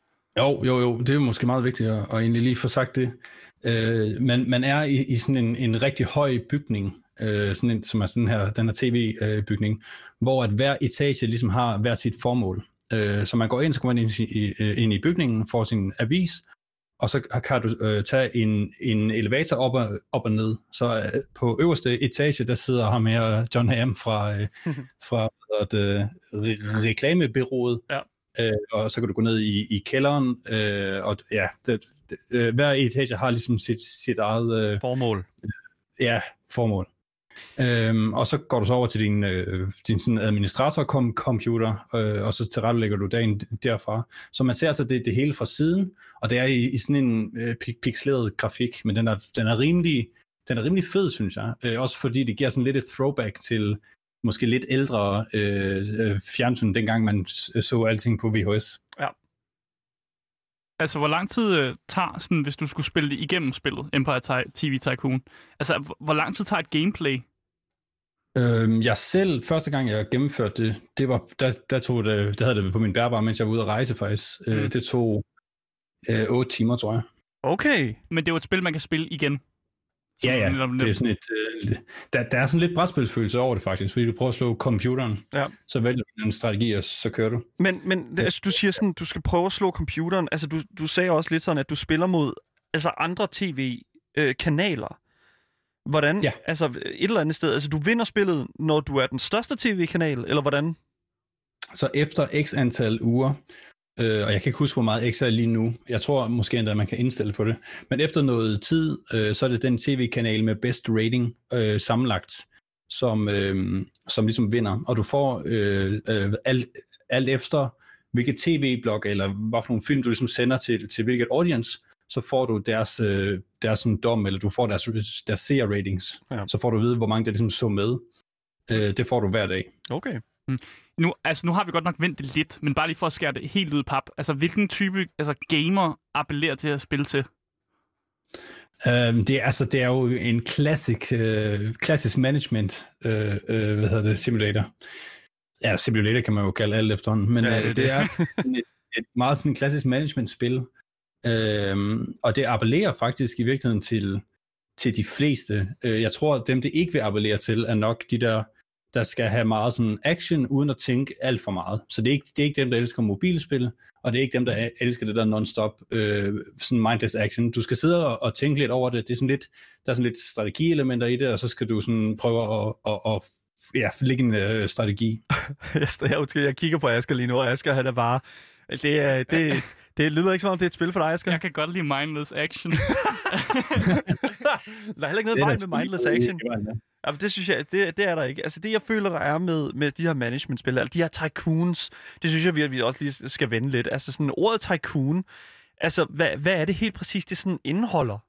Jo, jo, jo, det er måske meget vigtigt at, at egentlig lige få sagt det. Øh, man, man er i, i sådan en, en rigtig høj bygning, Øh, sådan en, som er sådan her, den her tv-bygning, øh, hvor at hver etage ligesom har hver sit formål. Øh, så man går ind, så kommer man ind i, ind i bygningen, får sin avis, og så kan du øh, tage en, en elevator op og, op og ned. Så øh, på øverste etage, der sidder ham her, John Hamm fra, øh, fra det, re- reklamebureauet. Ja. Øh, og så kan du gå ned i, i kælderen, øh, og ja, det, det, øh, hver etage har ligesom sit, sit eget... Øh, formål. Øh, ja, formål. Øhm, og så går du så over til din, øh, din sådan administrator-computer, øh, og så tilrettelægger du dagen derfra. Så man ser altså det, det hele fra siden, og det er i, i sådan en øh, pixeleret grafik, men den er, den er rimelig, den er rimelig fed, synes jeg. Øh, også fordi det giver sådan lidt et throwback til måske lidt ældre øh, øh, fjernsyn, dengang man så alting på V H S. Ja. Altså, hvor lang tid øh, tager, sådan, hvis du skulle spille det igennem spillet, Empire T V Tycoon? Altså, hvor lang tid tager et gameplay? Øhm, jeg selv, første gang jeg gennemførte det, det var, der, der tog det, det havde det på min bærbare, mens jeg var ude at rejse faktisk. Mm. Øh, det tog øh, otte timer, tror jeg. Okay, men det er jo et spil, man kan spille igen. Ja, ja, det er sådan et, øh, der, der er sådan lidt brætspilsfølelse over det faktisk, fordi du prøver at slå computeren, ja. Så vælger du en strategi, og så kører du. Men, men altså, du siger sådan, du skal prøve at slå computeren, altså du, du sagde også lidt sådan, at du spiller mod altså andre tv-kanaler. Hvordan, ja. Altså et eller andet sted, altså du vinder spillet, når du er den største tv-kanal, eller hvordan? Så efter x antal uger, øh, og jeg kan ikke huske, hvor meget ekstra lige nu. Jeg tror måske endda, at man kan indstille på det. Men efter noget tid, øh, så er det den tv-kanal med best rating øh, sammenlagt, som, øh, som ligesom vinder. Og du får øh, øh, alt, alt efter, hvilket tv-blog eller hvad for nogle film, du ligesom sender til, til hvilket audience, så får du deres, øh, deres sådan dom, eller du får deres, deres seer-ratings. Ja. Så får du at vide, hvor mange der ligesom så med. Øh, det får du hver dag. Okay. Mm. Nu, altså, nu har vi godt nok ventet det lidt, men bare lige for at skære det helt ud i pap. Altså, hvilken type altså, gamer appellerer til at spille til? Um, det, er, altså, det er jo en klassisk, øh, klassisk management øh, øh, hvad hedder det, simulator. Ja, simulator kan man jo kalde alt efterhånden, men ja, det, øh, det er et, et meget sådan klassisk management-spil. Um, og det appellerer faktisk i virkeligheden til, til de fleste. Uh, jeg tror, at dem, det ikke vil appellere til, er nok de der, der skal have meget sådan action, uden at tænke alt for meget. Så det er ikke, det er ikke dem, der elsker mobilspil, og det er ikke dem, der elsker det der non-stop øh, sådan mindless action. Du skal sidde og, og tænke lidt over det. Det er sådan lidt, der er sådan lidt strategielementer i det, og så skal du sådan prøve at, at, at ja, lægge en øh, strategi. jeg, jeg kigger på Asger lige nu, og Asger, han er bare... Det, er, det, det lyder ikke som om, det er et spil for dig, Asger. Jeg kan godt lide mindless action. Der er heller ikke noget vejen med mindless action. Ja, det synes jeg, det, det er der ikke. Altså det, jeg føler, der er med, med de her management-spil, altså de her tycoons, det synes jeg, vi, at vi også lige skal vende lidt. Altså sådan ordet tycoon, altså hvad, hvad er det helt præcis, det sådan indeholder?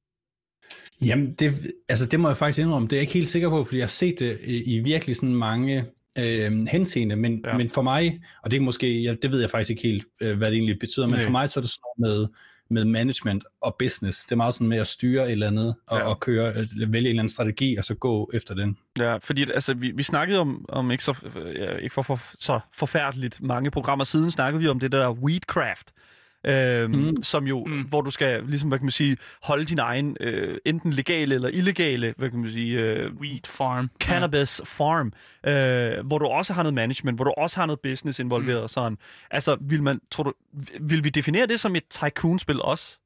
Jamen, det, altså det må jeg faktisk indrømme, det er jeg ikke helt sikker på, fordi jeg har set det i, i virkelig sådan mange øh, henseende, men, ja. men for mig, og det er måske, jeg, det ved jeg faktisk ikke helt, øh, hvad det egentlig betyder, men Nej. for mig så er det sådan noget med, med management og business. Det er meget sådan med at styre et eller andet, og, ja. og køre, vælge en eller anden strategi, og så gå efter den. Ja, fordi altså, vi, vi snakkede om, om ikke, så, ja, ikke for, for så forfærdeligt mange programmer siden, snakkede vi om det der Weedcraft, Øhm, mm. som jo, mm. hvor du skal ligesom, hvad kan man sige, holde din egen øh, enten legale eller illegale, hvad kan man sige, øh, weed farm, cannabis ja. farm, øh, hvor du også har noget management, hvor du også har noget business involveret mm. og sådan. Altså, vil man, tror du, vil vi definere det som et tycoon-spil også?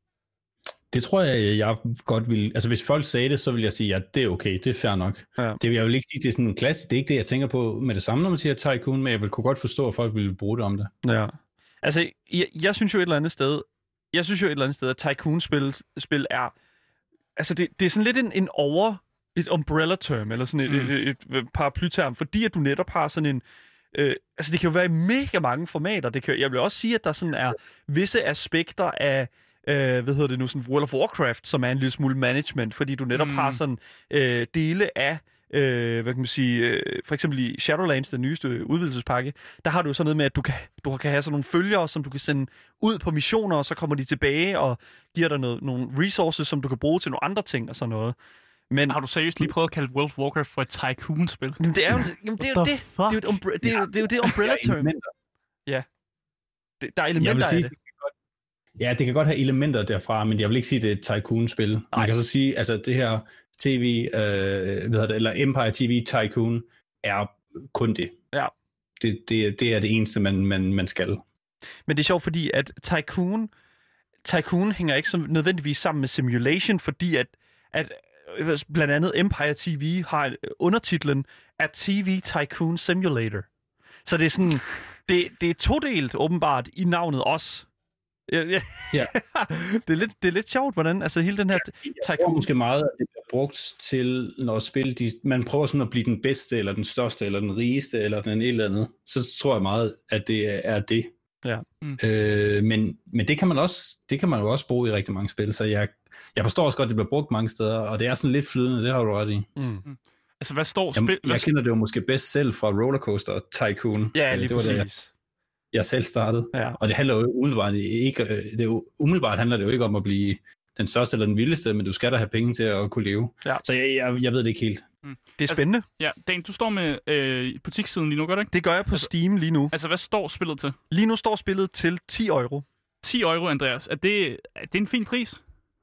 Det tror jeg, jeg godt vil. Altså, hvis folk sagde det, så vil jeg sige, at ja, det er okay, det er fair nok. Ja. Det vil jeg jo ikke sige, det er sådan en klasse, det er ikke det, jeg tænker på med det samme, når man siger tycoon, men jeg vil kunne godt forstå, at folk vil bruge det om det. Ja. Altså, jeg, jeg synes jo et eller andet sted, jeg synes jo et eller andet sted, at tycoon-spil spil er, altså det, det er sådan lidt en, en over, et umbrella-term, eller sådan et, mm. et, et, et paraplyterm, fordi at du netop har sådan en, øh, altså det kan jo være i mega mange formater, det kan, jeg vil også sige, at der sådan er visse aspekter af, øh, hvad hedder det nu, sådan World of Warcraft, som er en lille smule management, fordi du netop mm. har sådan øh, dele af, Øh, hvad kan man sige, øh, for eksempel i Shadowlands, den nyeste udvidelsespakke, der har du jo sådan noget med, at du kan, du kan have sådan nogle følgere, som du kan sende ud på missioner, og så kommer de tilbage og giver dig noget, nogle resources, som du kan bruge til nogle andre ting og sådan noget. Men har du seriøst lige prøvet at kalde World of Warcraft for et tycoon-spil? Jamen, det er jo jamen, det, er jo det. Det er jo, et umbre- det, er jo, det, er jo det umbrella-term. Ja. Det, der er elementer af det. Ja, det kan godt have elementer derfra, men jeg vil ikke sige, det er et tycoon-spil. Nej. Man kan så sige, altså det her tv, øh, hvad hedder det, eller Empire T V Tycoon er kun det. Ja. Det, det, det er det eneste, man, man, man skal. Men det er sjovt, fordi at Tycoon, Tycoon hænger ikke så nødvendigvis sammen med Simulation, fordi at, at blandt andet Empire T V har undertitlen af T V Tycoon Simulator. Så det er sådan, det, det er todelt åbenbart i navnet også. Ja, ja. ja. det, er lidt, det er lidt sjovt, hvordan altså hele den her ja, jeg tror måske meget, at det bliver brugt til, når spil, de, man prøver sådan at blive den bedste, eller den største, eller den rigeste, eller den et eller andet, så tror jeg meget, at det er det. Ja. Mm. Øh, men, men det kan man også, det kan man jo også bruge i rigtig mange spil, så jeg, jeg forstår også godt, at det bliver brugt mange steder, og det er sådan lidt flydende, det har du ret i. Mm. Mm. Altså, hvad står spil? Jeg, hvad... jeg kender det jo måske bedst selv fra Rollercoaster Tycoon. Ja, lige det præcis. Var det, jeg, jeg selv startede, ja. Og det handler jo umiddelbart ikke, det er jo, umiddelbart handler det jo ikke om at blive den største eller den vildeste, men du skal da have penge til at kunne leve. Ja. Så jeg, jeg, jeg ved det ikke helt. Mm. Det er spændende. Altså, ja, Dan, du står med øh, butikssiden lige nu, gør du ikke? Det gør jeg på altså, Steam lige nu. Altså, hvad står spillet til? Lige nu står spillet til ti euro. ti euro, Andreas. Er det, er det en fin pris?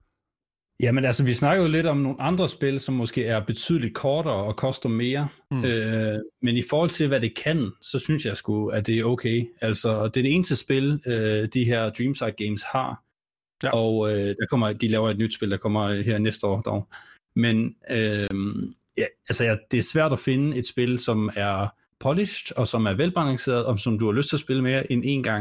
Jamen altså, vi snakker jo lidt om nogle andre spil, som måske er betydeligt kortere og koster mere. Mm. Øh, men i forhold til, hvad det kan, så synes jeg sgu, at det er okay. Altså, det er det eneste spil, øh, de her Dreamside Games har. Ja. Og øh, der kommer, de laver et nyt spil, der kommer her næste år dog. Men øh, ja, altså, ja, det er svært at finde et spil, som er polished, og som er velbalanceret, og som du har lyst til at spille mere end en gang,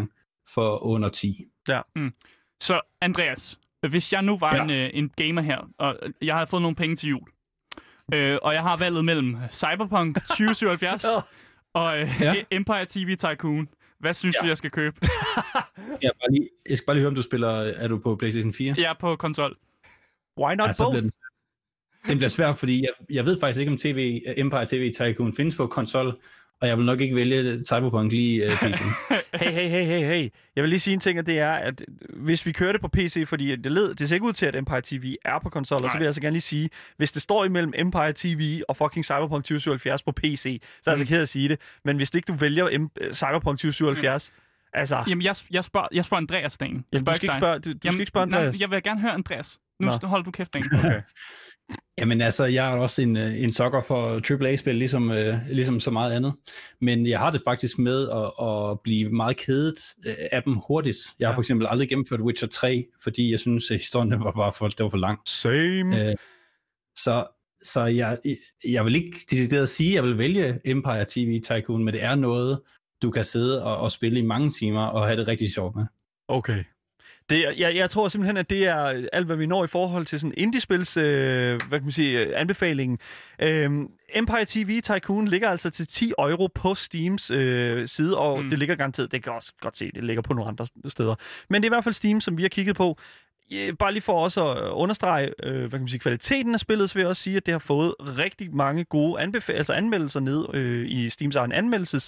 for under ti. Ja. Mm. Så Andreas, hvis jeg nu var Ja. en, øh, en gamer her, og jeg har fået nogle penge til jul, øh, og jeg har valget mellem Cyberpunk tyve syvoghalvfjerds og øh, Ja. Empire T V Tycoon, hvad synes Ja. du, jeg skal købe? Jeg, bare lige, jeg skal bare lige høre, om du spiller, er du på PlayStation fire? Jeg er på konsol. Why not Ja, så both? bliver den, den bliver svær, fordi jeg, jeg ved faktisk ikke, om T V, Empire T V Tycoon findes på konsol, og jeg vil nok ikke vælge Cyberpunk lige uh, P C. Hey, hey, hey, hey, hey. Jeg vil lige sige en ting, og det er, at hvis vi kører det på P C, fordi det, led, det ser ikke ud til, at Empire T V er på konsoller, så vil jeg altså gerne lige sige, hvis det står imellem Empire T V og fucking Cyberpunk tyve syvoghalvfjerds på P C, så er jeg mm. altså ked af at sige det. Men hvis det ikke du vælger M- Cyberpunk tyve syvoghalvfjerds, mm. altså... Jamen, jeg, jeg, spørger, jeg spørger Andreas, Dan. Jeg Jamen, du skal ikke spørge, du, du skal ikke spørge Andreas. Nej, jeg vil gerne høre Andreas. Nu Nå. holder du kæft, Dan. Okay. Jamen altså, jeg er også en, en sokker for triple A-spil, ligesom, øh, ligesom så meget andet. Men jeg har det faktisk med at, at blive meget kedet af dem hurtigt. Jeg har Ja. for eksempel aldrig gennemført Witcher tre, fordi jeg synes, at historien var bare for, det var for lang. Same. Øh, så så jeg, jeg vil ikke decideret sige, at jeg vil vælge Empire T V Tycoon, men det er noget, du kan sidde og, og spille i mange timer og have det rigtig sjovt med. Okay. Det, jeg, jeg tror simpelthen, at det er alt, hvad vi når i forhold til sådan indie-spils, øh, hvad kan man sige, øh, anbefalingen. Øh, Empire T V Tycoon ligger altså til ti euro på Steams øh, side, og mm. det ligger garanteret, det kan også godt se, det ligger på nogle andre steder. Men det er i hvert fald Steam, som vi har kigget på. Bare lige for også at understrege, øh, hvad kan man sige, kvaliteten af spillet, så vil jeg også sige, at det har fået rigtig mange gode anbef- altså anmeldelser ned øh, i Steams egen anmeldelses.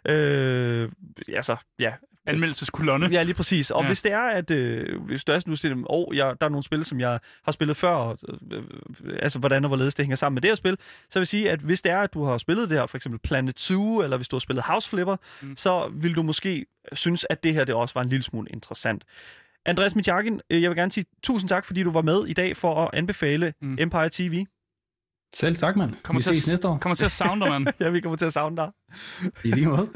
Øh, altså, ja. Anmeldelseskolonne. Ja, lige præcis. Og Ja. hvis det er, at øh, hvis du er sådan, du siger, oh, jeg, der er nogle spil, som jeg har spillet før, og, øh, altså hvordan og hvorledes det hænger sammen med det her spil, så vil jeg sige, at hvis det er, at du har spillet det her, for eksempel Planet Zoo, eller hvis du har spillet House Flipper, mm. så vil du måske synes, at det her det også var en lille smule interessant. Andreas Mitjakin, jeg vil gerne sige tusind tak, fordi du var med i dag for at anbefale mm. Empire T V. Selv tak, mand. Kommer Vi til ses at, næste år. Kommer til at savne dig, mand. Ja, vi kommer til at savne dig. I lige måde.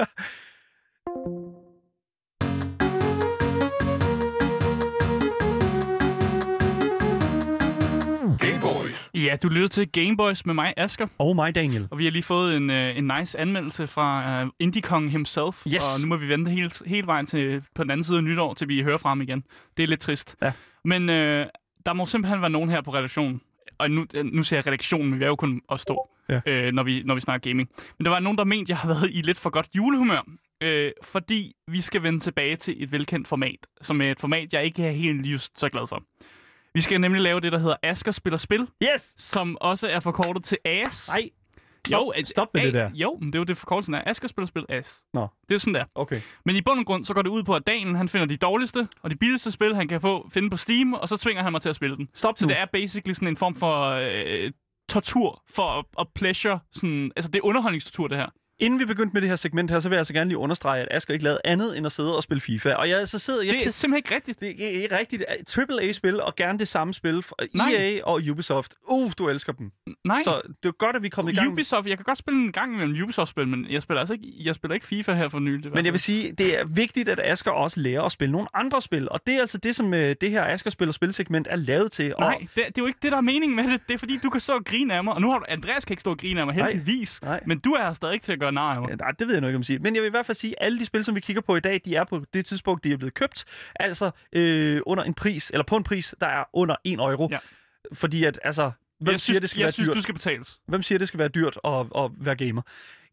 Ja, du lytter til Gameboys med mig, Asger. Og mig, Daniel. Og vi har lige fået en, uh, en nice anmeldelse fra uh, Indie Kong himself. Yes. Og nu må vi vente helt, helt vejen til på den anden side af nytår, til vi hører fra ham igen. Det er lidt trist. Ja. Men uh, der må simpelthen være nogen her på redaktionen. Og nu, nu ser jeg redaktionen, men vi er jo kun at stå, ja. uh, når, vi, når vi snakker gaming. Men der var nogen, der mente, jeg har været i lidt for godt julehumør. Uh, fordi vi skal vende tilbage til et velkendt format, som er et format, jeg ikke er helt just så glad for. Vi skal nemlig lave det, der hedder Asger Spiller Spil. Yes! Som også er forkortet til A S. Nej. Jo, stop med A- det der. Jo, men det er jo det forkortelsen er. Asger Spiller Spil A S. Nå. Det er sådan der. Okay. Men i bund og grund, så går det ud på, at Daniel, han finder de dårligste og de billigste spil, han kan få finde på Steam, og så tvinger han mig til at spille den. Stop Så nu. det er basically sådan en form for øh, tortur, for at, at pleasure, sådan, altså det er underholdningstortur, det her. Inden vi begyndte med det her segment her, så vil jeg altså gerne lige understrege, at Asger ikke lavede andet end at sidde og spille FIFA. Og jeg så sidder... Jeg Det er kan, simpelthen ikke rigtigt. det er ikke rigtigt. Triple A-spil, og gerne det samme spil fra Nej. E A og Ubisoft. Uh, du elsker dem. Nej. Så det er godt, at vi er kommet i gang. Ubisoft, jeg kan godt spille en gang imellem Ubisoft-spil, men jeg spiller altså ikke, jeg spiller ikke FIFA her for nylig. Men jeg vil sige, det er vigtigt, at Asger også lærer at spille nogle andre spil. Og det er altså det, som øh, det her Asger spiller spilsegment er lavet til. Nej, og... det, det er jo ikke det, der er meningen med det. Det er fordi, du kan stå og grine af mig. Og nu har du, Andreas kan ikke stå og grine af mig, heldigvis. Nej. Men du er her stadig ikke til at gøre nar af mig. Ja, nej, det ved jeg nok ikke om at sige. Men jeg vil i hvert fald sige, at alle de spil, som vi kigger på i dag, de er på det tidspunkt, de er blevet købt. Altså øh, under en pris, eller på en pris, der er under en euro. Ja. Fordi at, altså, hvem jeg siger, synes, det skal jeg være synes, dyrt? du skal betales. Hvem siger, det skal være dyrt at, at være gamer?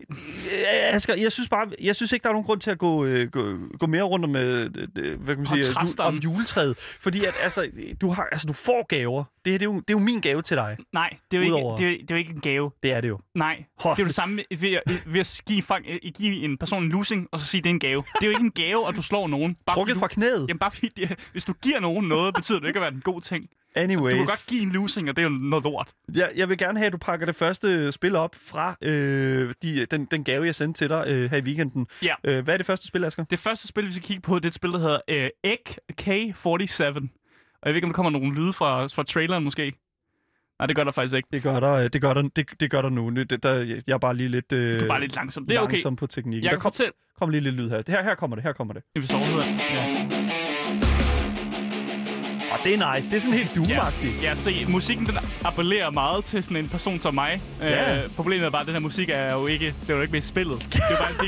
Asger, jeg synes bare, jeg synes ikke, der er nogen grund til at gå, øh, gå, gå mere rundt om, øh, hvad kan man sige, ju, om juletræet. Fordi at, altså, du, har, altså, du får gaver. Det, her, det, er jo, det er jo min gave til dig. Nej, det er jo, Udover... ikke, det er, det er jo ikke en gave. Det er det jo. Nej, Hold. det er jo det samme ved at, ved at give, fang, give en person en losing, og så sige, det er en gave. Det er jo ikke en gave, at du slår nogen. Bare Trukket du, fra knæet. Jamen bare fordi, det, hvis du giver nogen noget, betyder det ikke at være en god ting. Anyways. Du kan godt give en losing, og det er jo noget lort. Jeg, jeg vil gerne have, at du pakker det første spil op fra øh, de, den, den gave, jeg sendte til dig øh, her i weekenden. Ja. Øh, hvad er det første spil, Asger? Det første spil, vi skal kigge på, det er et spil, der hedder øh, Egg K fyrre-syv. Og jeg ved ikke, om der kommer nogle lyde fra, fra traileren måske. Nej, det gør der faktisk ikke. Det gør der, det gør der, det, det gør der nu. Det, der, jeg er bare lige lidt, øh, Du er bare lidt langsom. Det er okay. langsom på teknikken. Jeg Der kan kom, fortælle... kom lige lidt lyd her. Det her. Her kommer det, her kommer det. Hvis overhovedet. Ja. Og det er nice. Det er sådan helt doom-agtigt. Ja, se, musikken den appellerer meget til sådan en person som mig. Ja. Øh, problemet er bare, at den her musik er jo ikke, det er jo ikke med i spillet. Det er jo bare en del af,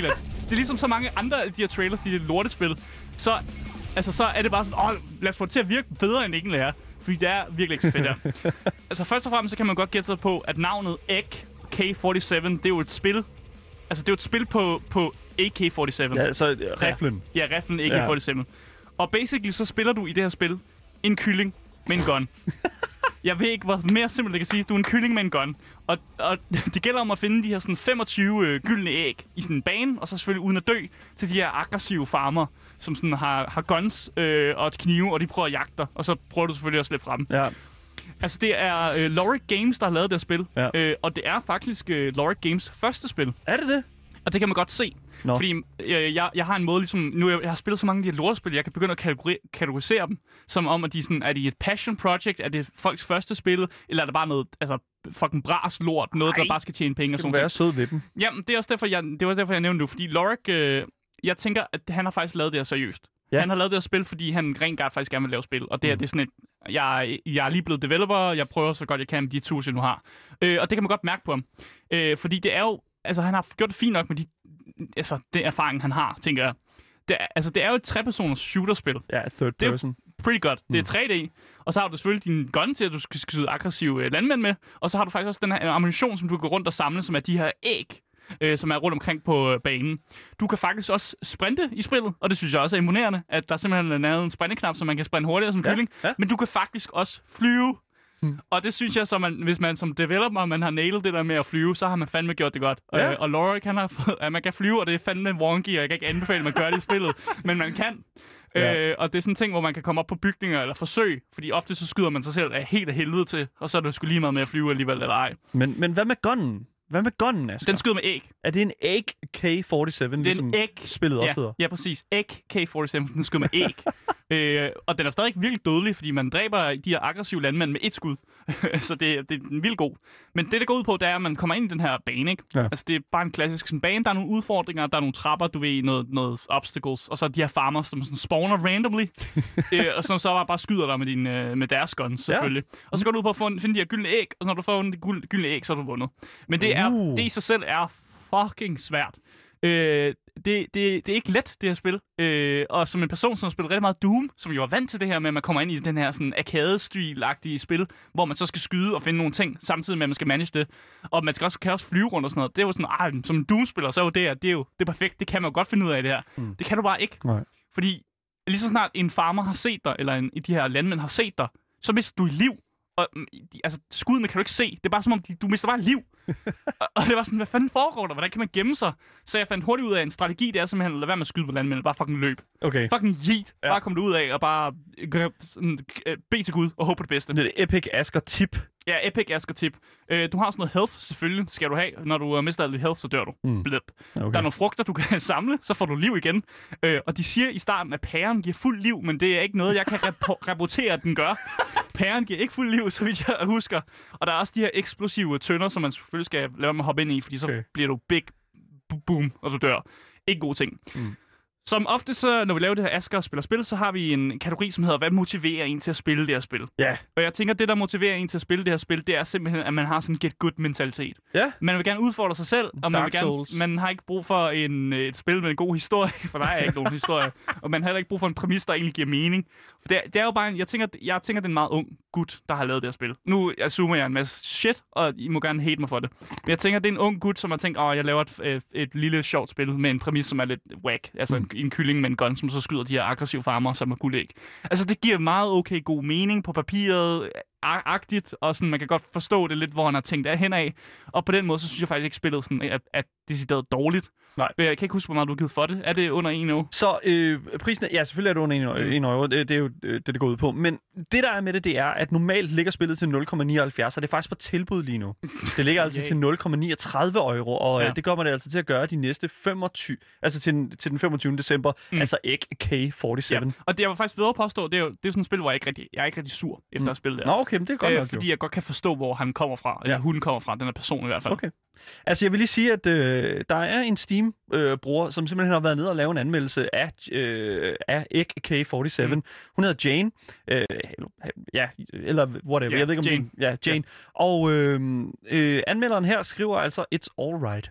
det er ligesom så mange andre af de her trailers, de her lortespil. Så, altså, så er det bare sådan, åh, lad os få det til at virke bedre, end det egentlig er. Fordi det er virkelig ikke så fedt her. Altså først og fremmest så kan man godt gætte sig på, at navnet A K K syvogfyrre, det er jo et spil. Altså det er jo et spil på, på A K syvogfyrre. Ja, så riflen. Ja, ja riflen A K syvogfyrre. Ja. Og basically så spiller du i det her spil en kylling med en gun. Jeg ved ikke, hvor mere simpelt det kan siges. Du er en kylling med en gun. Og, og det gælder om at finde de her sådan femogtyve øh, gyldne æg i sådan en bane, og så selvfølgelig uden at dø, til de her aggressive farmer, som sådan har, har guns øh, og knive, og de prøver at jagte dig, og så prøver du selvfølgelig at slippe fra dem. Ja. Altså, det er øh, Loric Games, der har lavet det her spil, ja. øh, og det er faktisk øh, Loric Games første spil. Er det det? Og det kan man godt se. No. Fordi øh, jeg, jeg har en måde ligesom... Nu jeg, jeg har spillet så mange af de her lortespil, jeg kan begynde at kategori- kategorisere dem, som om, at de sådan... Er det et passion project? Er det folks første spil? Eller er det bare noget... Altså, fucking bras lort? Noget, Ej, der bare skal tjene penge og sådan noget. Skal du være sød ved dem? Jamen, det er også derfor, jeg, det var derfor, jeg nævnte det. Fordi Loric... Øh, jeg tænker, at han har faktisk lavet det her seriøst. Ja. Han har lavet det her spil, fordi han rent godt faktisk gerne vil lave spil. Og det, mm. er, det er sådan et... Jeg, jeg er lige blevet developer, jeg prøver så godt jeg kan med de tools, jeg nu har. Øh, og det kan man godt mærke på ham. Øh, fordi det er jo... Altså, han har gjort det fint nok med de... Altså, det erfaring, han har, tænker jeg. Det er, altså, det er jo et tre-personers shooterspil. Ja, third person. Det er pretty godt. Mm. Det er tre D. Og så har du selvfølgelig din gun til, at du skal skyde aggressive øh, landmænd med. Og så har du faktisk også den her ammunition, som du kan gå rundt og samle, som er de her æg, øh, som er rundt omkring på øh, banen. Du kan faktisk også sprinte i spillet, og det synes jeg også er imponerende, at der simpelthen er en sprinteknap, så man kan sprinte hurtigere som kylling. Ja, ja. Men du kan faktisk også flyve. Hmm. Og det synes jeg, så man, hvis man som developer, man har nailet det der med at flyve, så har man fandme gjort det godt. Ja. Øh, og Loric, han har fået, at man kan flyve, og det er fandme wonky, og jeg kan ikke anbefale, at man gør det i spillet. Men man kan. Ja. Øh, og det er sådan en ting, hvor man kan komme op på bygninger eller forsøg, fordi ofte så skyder man sig selv af helt af helvede til, og så er det sgu lige meget med at flyve alligevel, eller ej. Men, men hvad med gunnen? Hvad med gunnen, Asger? Den skyder med æg. Er det en A K K syvogfyrre, ligesom æg. spillet ja, også hedder? Ja, præcis. A K K syvogfyrre, den skyder med æg. øh, og den er stadig virkelig dødelig, fordi man dræber de her aggressive landmænd med et skud. Så det, det er vildt god. Men det, der går ud på, det er, at man kommer ind i den her bane, ikke? Ja. Altså, det er bare en klassisk sådan, bane. Der er nogle udfordringer, der er nogle trapper, du ved, noget, noget obstacles, og så er de her farmers, som sådan spawner randomly, øh, og så, så bare skyder dig med, din, øh, med deres guns, selvfølgelig. Ja. Og så går du ud på at få, finde de her gyldne æg, og når du får de gyldne æg, så har du vundet. Men det, er, uh. det i sig selv er fucking svært. Øh, det, det, det er ikke let, det her spil. Øh, og som en person, som har spillet rigtig meget Doom, som jo er vant til det her med, at man kommer ind i den her sådan arcade-stil-agtige spil, hvor man så skal skyde og finde nogle ting, samtidig med, at man skal manage det. Og man skal også, kan også flyve rundt og sådan noget. Det er jo sådan, ah, som en Doom-spiller, så er jo det her, det er jo det er perfekt. Det kan man jo godt finde ud af, det her. Mm. Det kan du bare ikke. Nej. Fordi lige så snart en farmer har set dig, eller en, de her landmænd har set dig, så mister du i liv. Og altså, skuddene kan du ikke se. Det er bare som om, de, du mister bare liv. og, og det var sådan, hvad fanden foregår der? Hvordan kan man gemme sig? Så jeg fandt hurtigt ud af, en strategi, det er simpelthen at lade være med at skyde på landmænd. Bare fucking løb. Okay. Fucking yeet. Ja. Bare kom du ud af og bare sådan, bed til Gud og håbe på det bedste. Det er et Epic Asger tip. Ja, Epic Asger tip. Uh, du har også noget health, selvfølgelig, skal du have. Når du mister alt dit health, så dør du. Mm. Okay. Der er nogle frugter, du kan samle, så får du liv igen. Uh, og de siger i starten, at pæren giver fuld liv, men det er ikke noget, jeg kan rap- rapportere, at den gør. Pæren giver ikke fuld liv, så vidt jeg husker. Og der er også de her eksplosive tønder, som man selvfølgelig skal lade være med at hoppe ind i, fordi så okay. bliver du big boom, og du dør. Ikke god ting. Mm. Som ofte, så, når vi laver det her Asger spiller spil, så har vi en kategori, som hedder, hvad motiverer en til at spille det her spil? Ja. Yeah. Og jeg tænker, at det, der motiverer en til at spille det her spil, det er simpelthen, at man har sådan en get-good-mentalitet. Ja. Yeah. Man vil gerne udfordre sig selv, og man, vil gerne, man har ikke brug for en, et spil med en god historie, for der er ikke nogen historie. Og man har heller ikke brug for en præmis, der egentlig giver mening. For det, er, det er jo bare en, jeg tænker, jeg tænker, det er en meget ung gut, der har lavet det her spil. Nu assumer jeg en masse shit, og I må gerne hate mig for det. Men jeg tænker, det er en ung gut, som har tænkt, åh, jeg laver et, et, et lille sjovt spil med en præmis, som er lidt whack. Altså mm. en, en kylling med en gun, som så skyder de her aggressive farmer, som er guldæg. Altså, det giver meget okay god mening på papiret, agtigt, og sådan, man kan godt forstå det lidt, hvor han har tænkt af hen af. Og på den måde, så synes jeg faktisk ikke, spillet sådan, at, at decideret dårligt. Nej. Jeg kan ikke huske, hvor meget du har givet for det. Er det under en euro? Så øh, prisen er, ja, selvfølgelig er det under en euro. Det, det er jo det, det går ud på. Men det, der er med det, det er, at normalt ligger spillet til nul komma nioghalvfjerds, og det er faktisk på tilbud lige nu. Det ligger altså til nul komma niogtredive euro, og ja. det kommer det altså til at gøre de næste femogtyve, altså til den, til den femogtyvende december, mm. altså A K K syvogfyrre. Ja. Og det jeg var faktisk ved at påstå, det er jo, det er jo sådan et spil, hvor jeg ikke rigtig, jeg er ikke rigtig sur efter mm. at spille det. Nå, okay, men det er godt øh, nok, fordi jo. jeg godt kan forstå, hvor han kommer fra, eller ja. hun kommer fra, den her person i hvert fald. Okay. Altså, jeg vil lige sige, at øh, der er en Steam-bruger, øh, som simpelthen har været nede og lavet en anmeldelse af, øh, af A K K syvogfyrre. Mm. Hun hedder Jane. Øh, ja, eller whatever. Yeah, jeg ved ikke, om Jane. Hun, ja, Jane. Yeah. Og øh, øh, anmelderen her skriver altså, it's all right.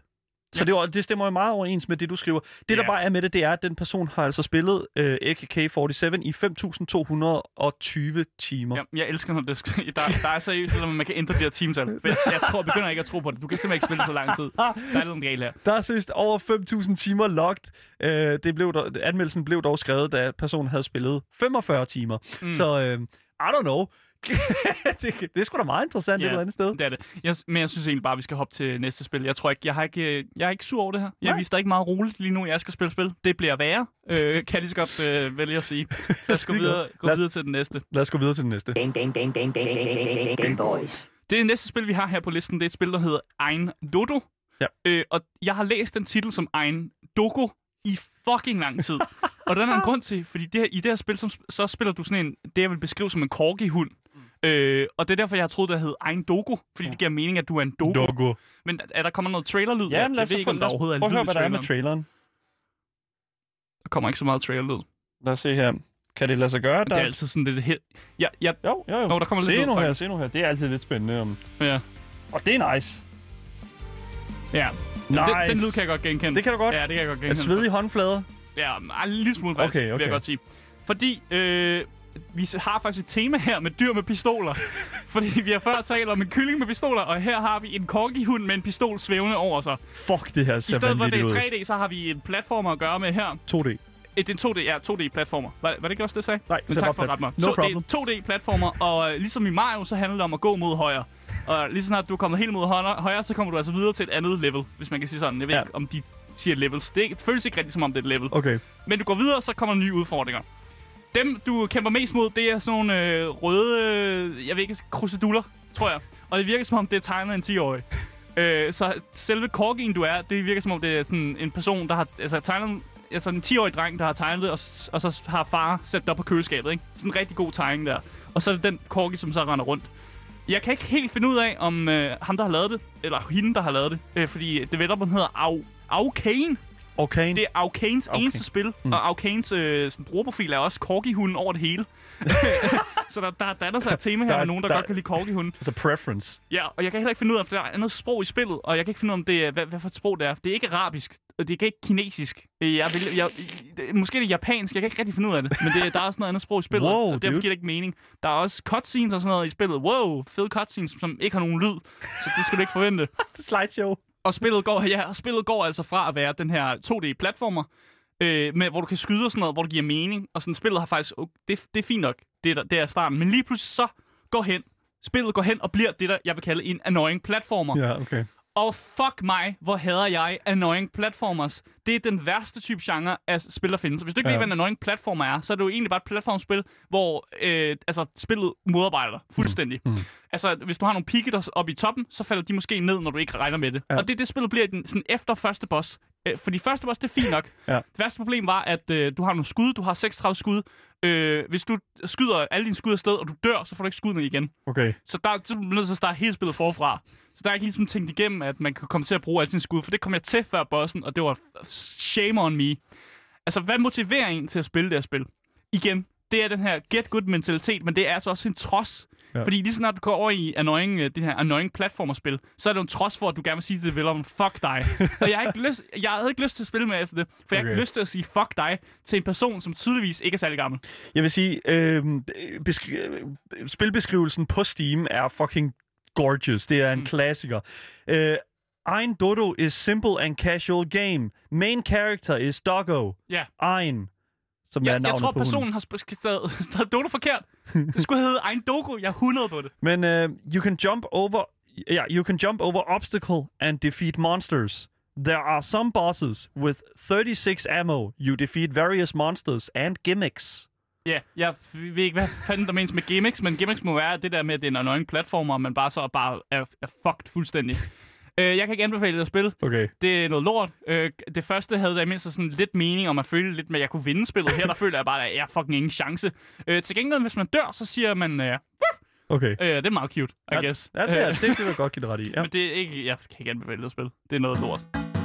Så det, det stemmer jo meget overens med det, du skriver. Det, der Ja. bare er med det, det er, at den person har altså spillet øh, A K K syvogfyrre i fem tusind to hundrede og tyve timer. Ja, jeg elsker, når det sk- der, der er seriøst, at man kan ændre de her timetal. For Jeg, jeg tror, jeg begynder ikke at tro på det. Du kan simpelthen ikke spille så lang tid. Der er lidt galt her. Der er seriøst over fem tusind timer logged. Øh, det blev der, anmeldelsen blev dog skrevet, da personen havde spillet femogfyrre timer. Mm. Så øh, I don't know. det, det er sgu da meget interessant Ja, et eller andet sted. Det er det. Jeg, men jeg synes egentlig bare, at vi skal hoppe til næste spil. Jeg tror ikke, jeg har ikke, jeg er ikke sur over det her. Jeg viser ikke meget roligt lige nu, jeg skal spille spil. Det bliver værre, øh, kan jeg lige så godt øh, vælge at sige. Lad os gå videre, gå Lad os- videre til den næste. Lad os gå videre til den næste. Bang, bang, bang, bang, bang, bang, boys. Det næste spil, vi har her på listen, det er et spil, der hedder Ein Dodo. Ja. Øh, og jeg har læst den titel som Ein Dogo i fucking lang tid. Og den er en grund til, fordi det her, i det her spil, så, så spiller du sådan en, det jeg vil beskrive som en corgi-hund. Mm. Øh, og det er derfor, jeg har troet, det hed Ein Dogo, fordi ja. det giver mening, at du er en dogo. Dogo. Men er der kommer noget trailerlyd? Ja, jeg lad os ved ikke, om der prøve overhovedet er at lyd høre, i hvad der er med traileren. traileren. Der kommer ikke så meget trailerlyd. Lad os se her. Kan det lade sig gøre? Det er altid sådan lidt... He- ja, ja, Jo, jo, jo. Nå, der kommer se lidt nu lyd, her, faktisk. se nu her. Det er altid lidt spændende. Om... ja. Og det er nice. ja. Nice. Den, den lyd kan jeg godt genkende. Det kan du godt. Ja, det kan jeg godt Er genkende. svedige håndflader? Ja, en lille smule faktisk, Okay, vil okay. jeg godt sige. Fordi øh, vi har faktisk et tema her med dyr med pistoler. Fordi vi har før talt om en kylling med pistoler, og her har vi en corgi-hund med en pistol svævende over sig. Fuck, det her I ser stedet for at det er vanvittigt ud. tre D, så har vi en platformer at gøre med her. to D. Et, det er en to D, ja, to D-platformer. Var, var det ikke også det, jeg sagde? Nej, Men så tak bare for at plat. rette mig. No Så problem. det er to D-platformer, og øh, ligesom i Mario, så handler det om at gå mod højre. Og lige snart du er kommet helt mod højre, højre, så kommer du altså videre til et andet level, hvis man kan sige sådan. Jeg ved Ja. ikke, om de siger levels. Det, er, det føles ikke rigtigt, som om det er et level. Okay. Men du går videre, så kommer der nye udfordringer. Dem, du kæmper mest mod, det er sådan nogle øh, røde, øh, jeg ved ikke, kruseduller, tror jeg. Og det virker som om, det er tegnet af en ti-årig. Øh, så selve corgien, du er, det virker som om, det er sådan en person, der har altså, tegnet... Altså en ti-årig dreng, der har tegnet det, og, s- og så har far sat det op på køleskabet, ikke? Sådan en rigtig god tegning der. Og så er det den corgi, som så render rundt. Jeg kan ikke helt finde ud af, om øh, ham, der har lavet det, eller hende, der har lavet det. Øh, fordi developeren hedder Au- Arcane. Okay. Det er Arcanes Okay. eneste spil, mm. og Arcanes øh, sådan, brugerprofil er også corgi-hunden over det hele. Så der, der danner sig et tema her Der er- med nogen, der, der- godt kan lide corgi-hunden. Altså preference. Ja, og jeg kan heller ikke finde ud af, om der er noget sprog i spillet, og jeg kan ikke finde ud af, om det er, hvad, hvad for et sprog det er. Det er ikke arabisk, og det er ikke kinesisk. Øh, Jeg vil, jeg, det- måske det er japansk, jeg kan ikke rigtig finde ud af det, men det, der er også noget andet sprog i spillet, Wow, og derfor dude. giver det ikke mening. Der er også cutscenes og sådan noget i spillet. Wow, fede cutscenes, som ikke har nogen lyd, så det skal du ikke forvente. Slideshow. Og spillet går, ja, og spillet går altså fra at være den her to D-platformer, øh, med, hvor du kan skyde og sådan noget, hvor det giver mening. Og sådan spillet har faktisk, okay, det, det er fint nok, det er, der, det er starten. Men lige pludselig så går hen, spillet går hen og bliver det, der jeg vil kalde en annoying platformer. Ja, okay. Og fuck mig, hvor hader jeg annoying platformers. Det er den værste type genre af spil, der findes. Så hvis du ikke Ja. ved, hvad en annoying platformer er, så er det jo egentlig bare et platformspil, hvor øh, altså, spillet modarbejder dig fuldstændig. Mm. Mm. Altså, hvis du har nogle pigge der oppe i toppen, så falder de måske ned, når du ikke regner med det. Ja. Og det, det spillet bliver den, sådan efter første boss. Øh, fordi første boss, det er fint nok. Ja. Det værste problem var, at øh, du har nogle skud, du har seksogtredive skud. Øh, hvis du skyder alle dine skud afsted, og du dør, så får du ikke skuddene igen. Okay. Så der så er du nødt til at starte hele spillet forfra. Så der er ikke ligesom tænkt igennem, at man kan komme til at bruge alle sine skud, for det kom jeg til før bossen, og det var shame on me. Altså, hvad motiverer en til at spille det her spil? Igen, det er den her get good mentalitet, men det er altså også en trods. Ja. Ja. Fordi lige snart du går over i annoying, det her annoying platformerspil, så er det en trods for, at du gerne vil sige til developeren, fuck dig. Og jeg har, ikke lyst, jeg havde ikke lyst til at spille med efter det, for jeg har Okay. ikke lyst til at sige fuck dig til en person, som tydeligvis ikke er særlig gammel. Jeg vil sige, øh, beskri- øh, spilbeskrivelsen på Steam er fucking gorgeous. Det er en Mm. klassiker. Øh, Ein Dodo is simple and casual game. Main character is Doggo. Ja. Ein. Som er Jeg, jeg navnet tror, på personen hunden. har sp- stadig stadig Dodo forkert. Det skulle hedde Ein Dogo. Jeg er hundrede på det. Men uh, you can jump over yeah, you can jump over obstacle and defeat monsters. There are some bosses with thirty-six ammo. You defeat various monsters and gimmicks. Ja, jeg ved ikke, hvad fanden der menes med gimmicks, men gimmicks må være det der med, at det er en annoying platformer, og man bare så bare er, er fucked fuldstændig. uh, jeg kan ikke anbefale det at spille. Okay. Det er noget lort. Uh, det første havde der mindst sådan lidt mening, og man følte lidt med, at jeg kunne vinde spillet. Her der føler jeg bare, at jeg har fucking ingen chance. Uh, til gengæld, hvis man dør, så siger man, uh, Okay. uh, det er meget cute, I Ja, guess. Ja, det, er, det, det vil jeg godt give det ret i. Ja. Men det er ikke, jeg kan ikke anbefale det at spille. Det er noget lort.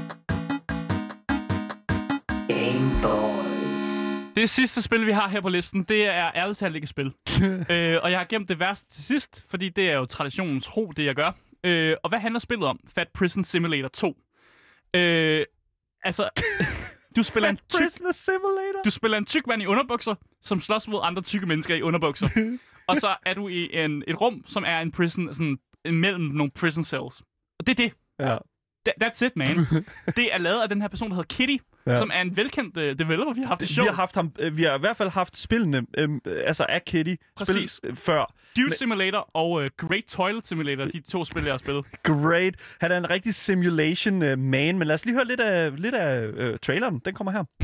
Game Boy. Det sidste spil, vi har her på listen, det er ærligt talt ikke et spil. øh, og jeg har gemt det værste til sidst, fordi det er jo traditionen tro, det jeg gør. Øh, og hvad handler spillet om? Fat Prison Simulator to. Øh, altså, du spiller, en tyk, Prisoner Simulator. du spiller en tyk mand i underbukser, som slås mod andre tykke mennesker i underbukser. Og så er du i en, et rum, som er en prison, sådan mellem nogle prison cells. Og det er det. Ja. That's it, man. Det er lavet af den her person, der hedder Kitty, ja. som er en velkendt uh, developer, vi har haft i show. Vi har, haft ham, øh, vi har i hvert fald haft spillene, øh, altså af Kitty, spil øh, før. Dude Men... Simulator og uh, Great Toilet Simulator, de to spil, jeg har spillet. Great. Han er en rigtig simulation uh, man, men lad os lige høre lidt af, lidt af uh, traileren. Den kommer her.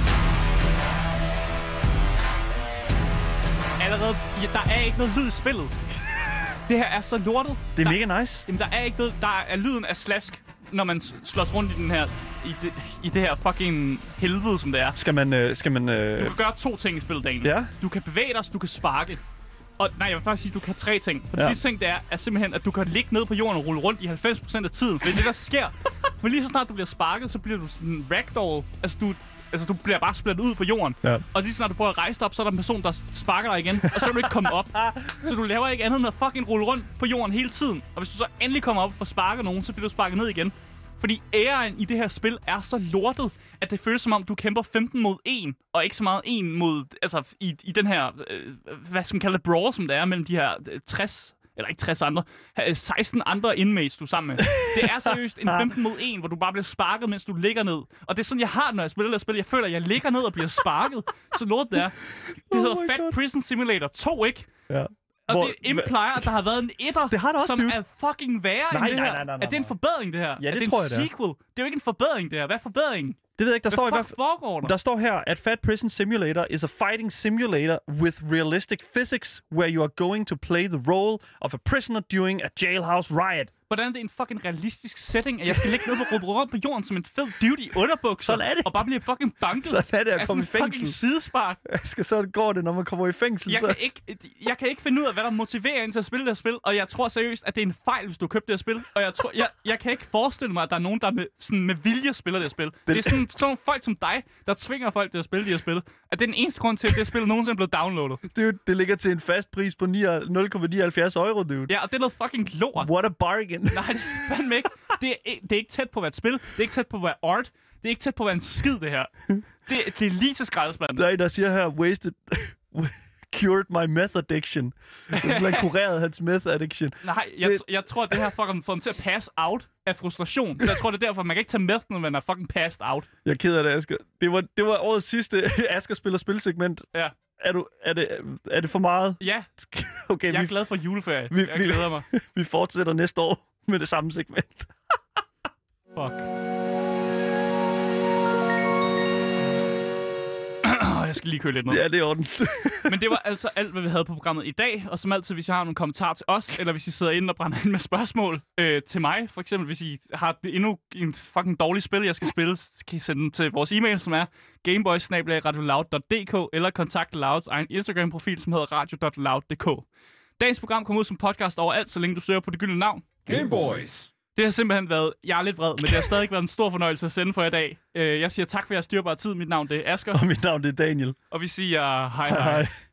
Allerede, ja, der er ikke noget lyd i spillet. Det her er så lortet. Det er der, mega nice. Jamen, der er ikke noget, der er lyden af slask, når man slås rundt i den her, i det, i det her fucking helvede, som det er. Skal man, øh, skal man... Øh... Du kan gøre to ting i spillet, Daniel. Ja. Du kan bevæge dig, du kan sparke. Og nej, jeg vil faktisk sige, at du kan tre ting. For det ja. sidste ting, det er, er simpelthen, at du kan ligge ned på jorden og rulle rundt i halvfems procent af tiden. For det er det, der sker. For lige så snart du bliver sparket, så bliver du sådan en ragdoll. Altså, du... Altså, du bliver bare splittet ud på jorden. Ja. Og lige snart du prøver at rejse dig op, så er der en person, der sparker dig igen. Og så vil du ikke komme op. Så du laver ikke andet end at fucking rulle rundt på jorden hele tiden. Og hvis du så endelig kommer op og får sparket nogen, så bliver du sparket ned igen. Fordi æren i det her spil er så lortet, at det føles som om, du kæmper femten mod en. Og ikke så meget en mod... Altså, i, i den her... Øh, hvad skal man kalde det? Brawl, som det er mellem de her øh, tres... Eller ikke tres andre. seksten andre inmates, du er sammen med. Det er seriøst en femten mod en, hvor du bare bliver sparket, mens du ligger ned. Og det er sådan, jeg har, når jeg spiller det spil. Jeg føler, at jeg ligger ned og bliver sparket. Så lort det er. Det oh hedder Fat God. Prison Simulator to, ikke? Ja. Og Hvor, det implier, at der har været en etter, det har der også, som dude. er fucking værre nej, end det nej, her. nej, nej, nej, er det en forbedring, det her? Ja, det, er det tror en jeg, det er. sequel? Det er jo ikke en forbedring, det her. Hvad er forbedringen? Det ved jeg ikke. Der står, i Hvad hvert fuck foregår der? der står her, at Fat Prison Simulator is a fighting simulator with realistic physics, where you are going to play the role of a prisoner during a jailhouse riot. Hvordan er det en fucking realistisk setting, at jeg skal ligge ned på råbe rundt på jorden som en fed dude i underbukser, Sådan er det. og bare blive fucking banket? Sådan er det at af komme i sådan en fængsel. fucking sidespark. Skal så går det, når man kommer i fængsel. Jeg så... kan, ikke, jeg kan ikke finde ud af, hvad der motiverer en til at spille det her spil, og jeg tror seriøst, at det er en fejl, hvis du har købt det her spil. Og jeg, tror, jeg, jeg kan ikke forestille mig, at der er nogen, der med, sådan med vilje spiller det her spil. Det, det er sådan, sådan folk som dig, der tvinger folk til at spille det her spil. At det er den eneste grund til, at det her spil nogensinde er blevet downloadet. Dude, det ligger til en fast pris på nul komma nioghalvfjerds euro, dude. Ja, og det er noget fucking lort. What a bargain. Nej, det er fandme ikke. Det er, det er ikke tæt på at være et spil. Det er ikke tæt på at være art. Det er ikke tæt på at være en skid, det her. Det, det er lige til skraldespanden. Der er en, der siger her, wasted... cured my meth addiction. Det er simpelthen kureret hans meth addiction. Nej, jeg, det... jeg tror, at det her fucking får ham til at pass out af frustration. Jeg tror, det er derfor, man kan ikke tage meth, når man er fucking passed out. Jeg er ked af det, Asger. Det var, det var årets sidste Asger spiller spilsegment. Ja. Er, du, er, det, er det for meget? Ja. Okay, jeg er vi, glad for juleferie. Vi, jeg glæder mig. Vi fortsætter næste år med det samme segment. Fuck. Jeg skal lige køle lidt ned. Ja, det er ordentligt. Men det var altså alt, hvad vi havde på programmet i dag. Og som altid, hvis I har nogle kommentarer til os, eller hvis I sidder inde og brænder ind med spørgsmål øh, til mig, for eksempel hvis I har endnu en fucking dårlig spil, jeg skal spille, så kan I sende dem til vores e-mail, som er gameboys snabel-a radioloud punktum d k, eller kontakt Louds egen Instagram-profil, som hedder radio punktum loud punktum d k. Dagens program kommer ud som podcast overalt, så længe du søger på det gyldne navn. Gameboys! Det har simpelthen været, jeg er lidt vred, men det har stadig været en stor fornøjelse at sende for i dag. Jeg siger tak for jeres dyrbare tid. Mit navn det er Asger. Og mit navn det er Daniel. Og vi siger hej hej. hej.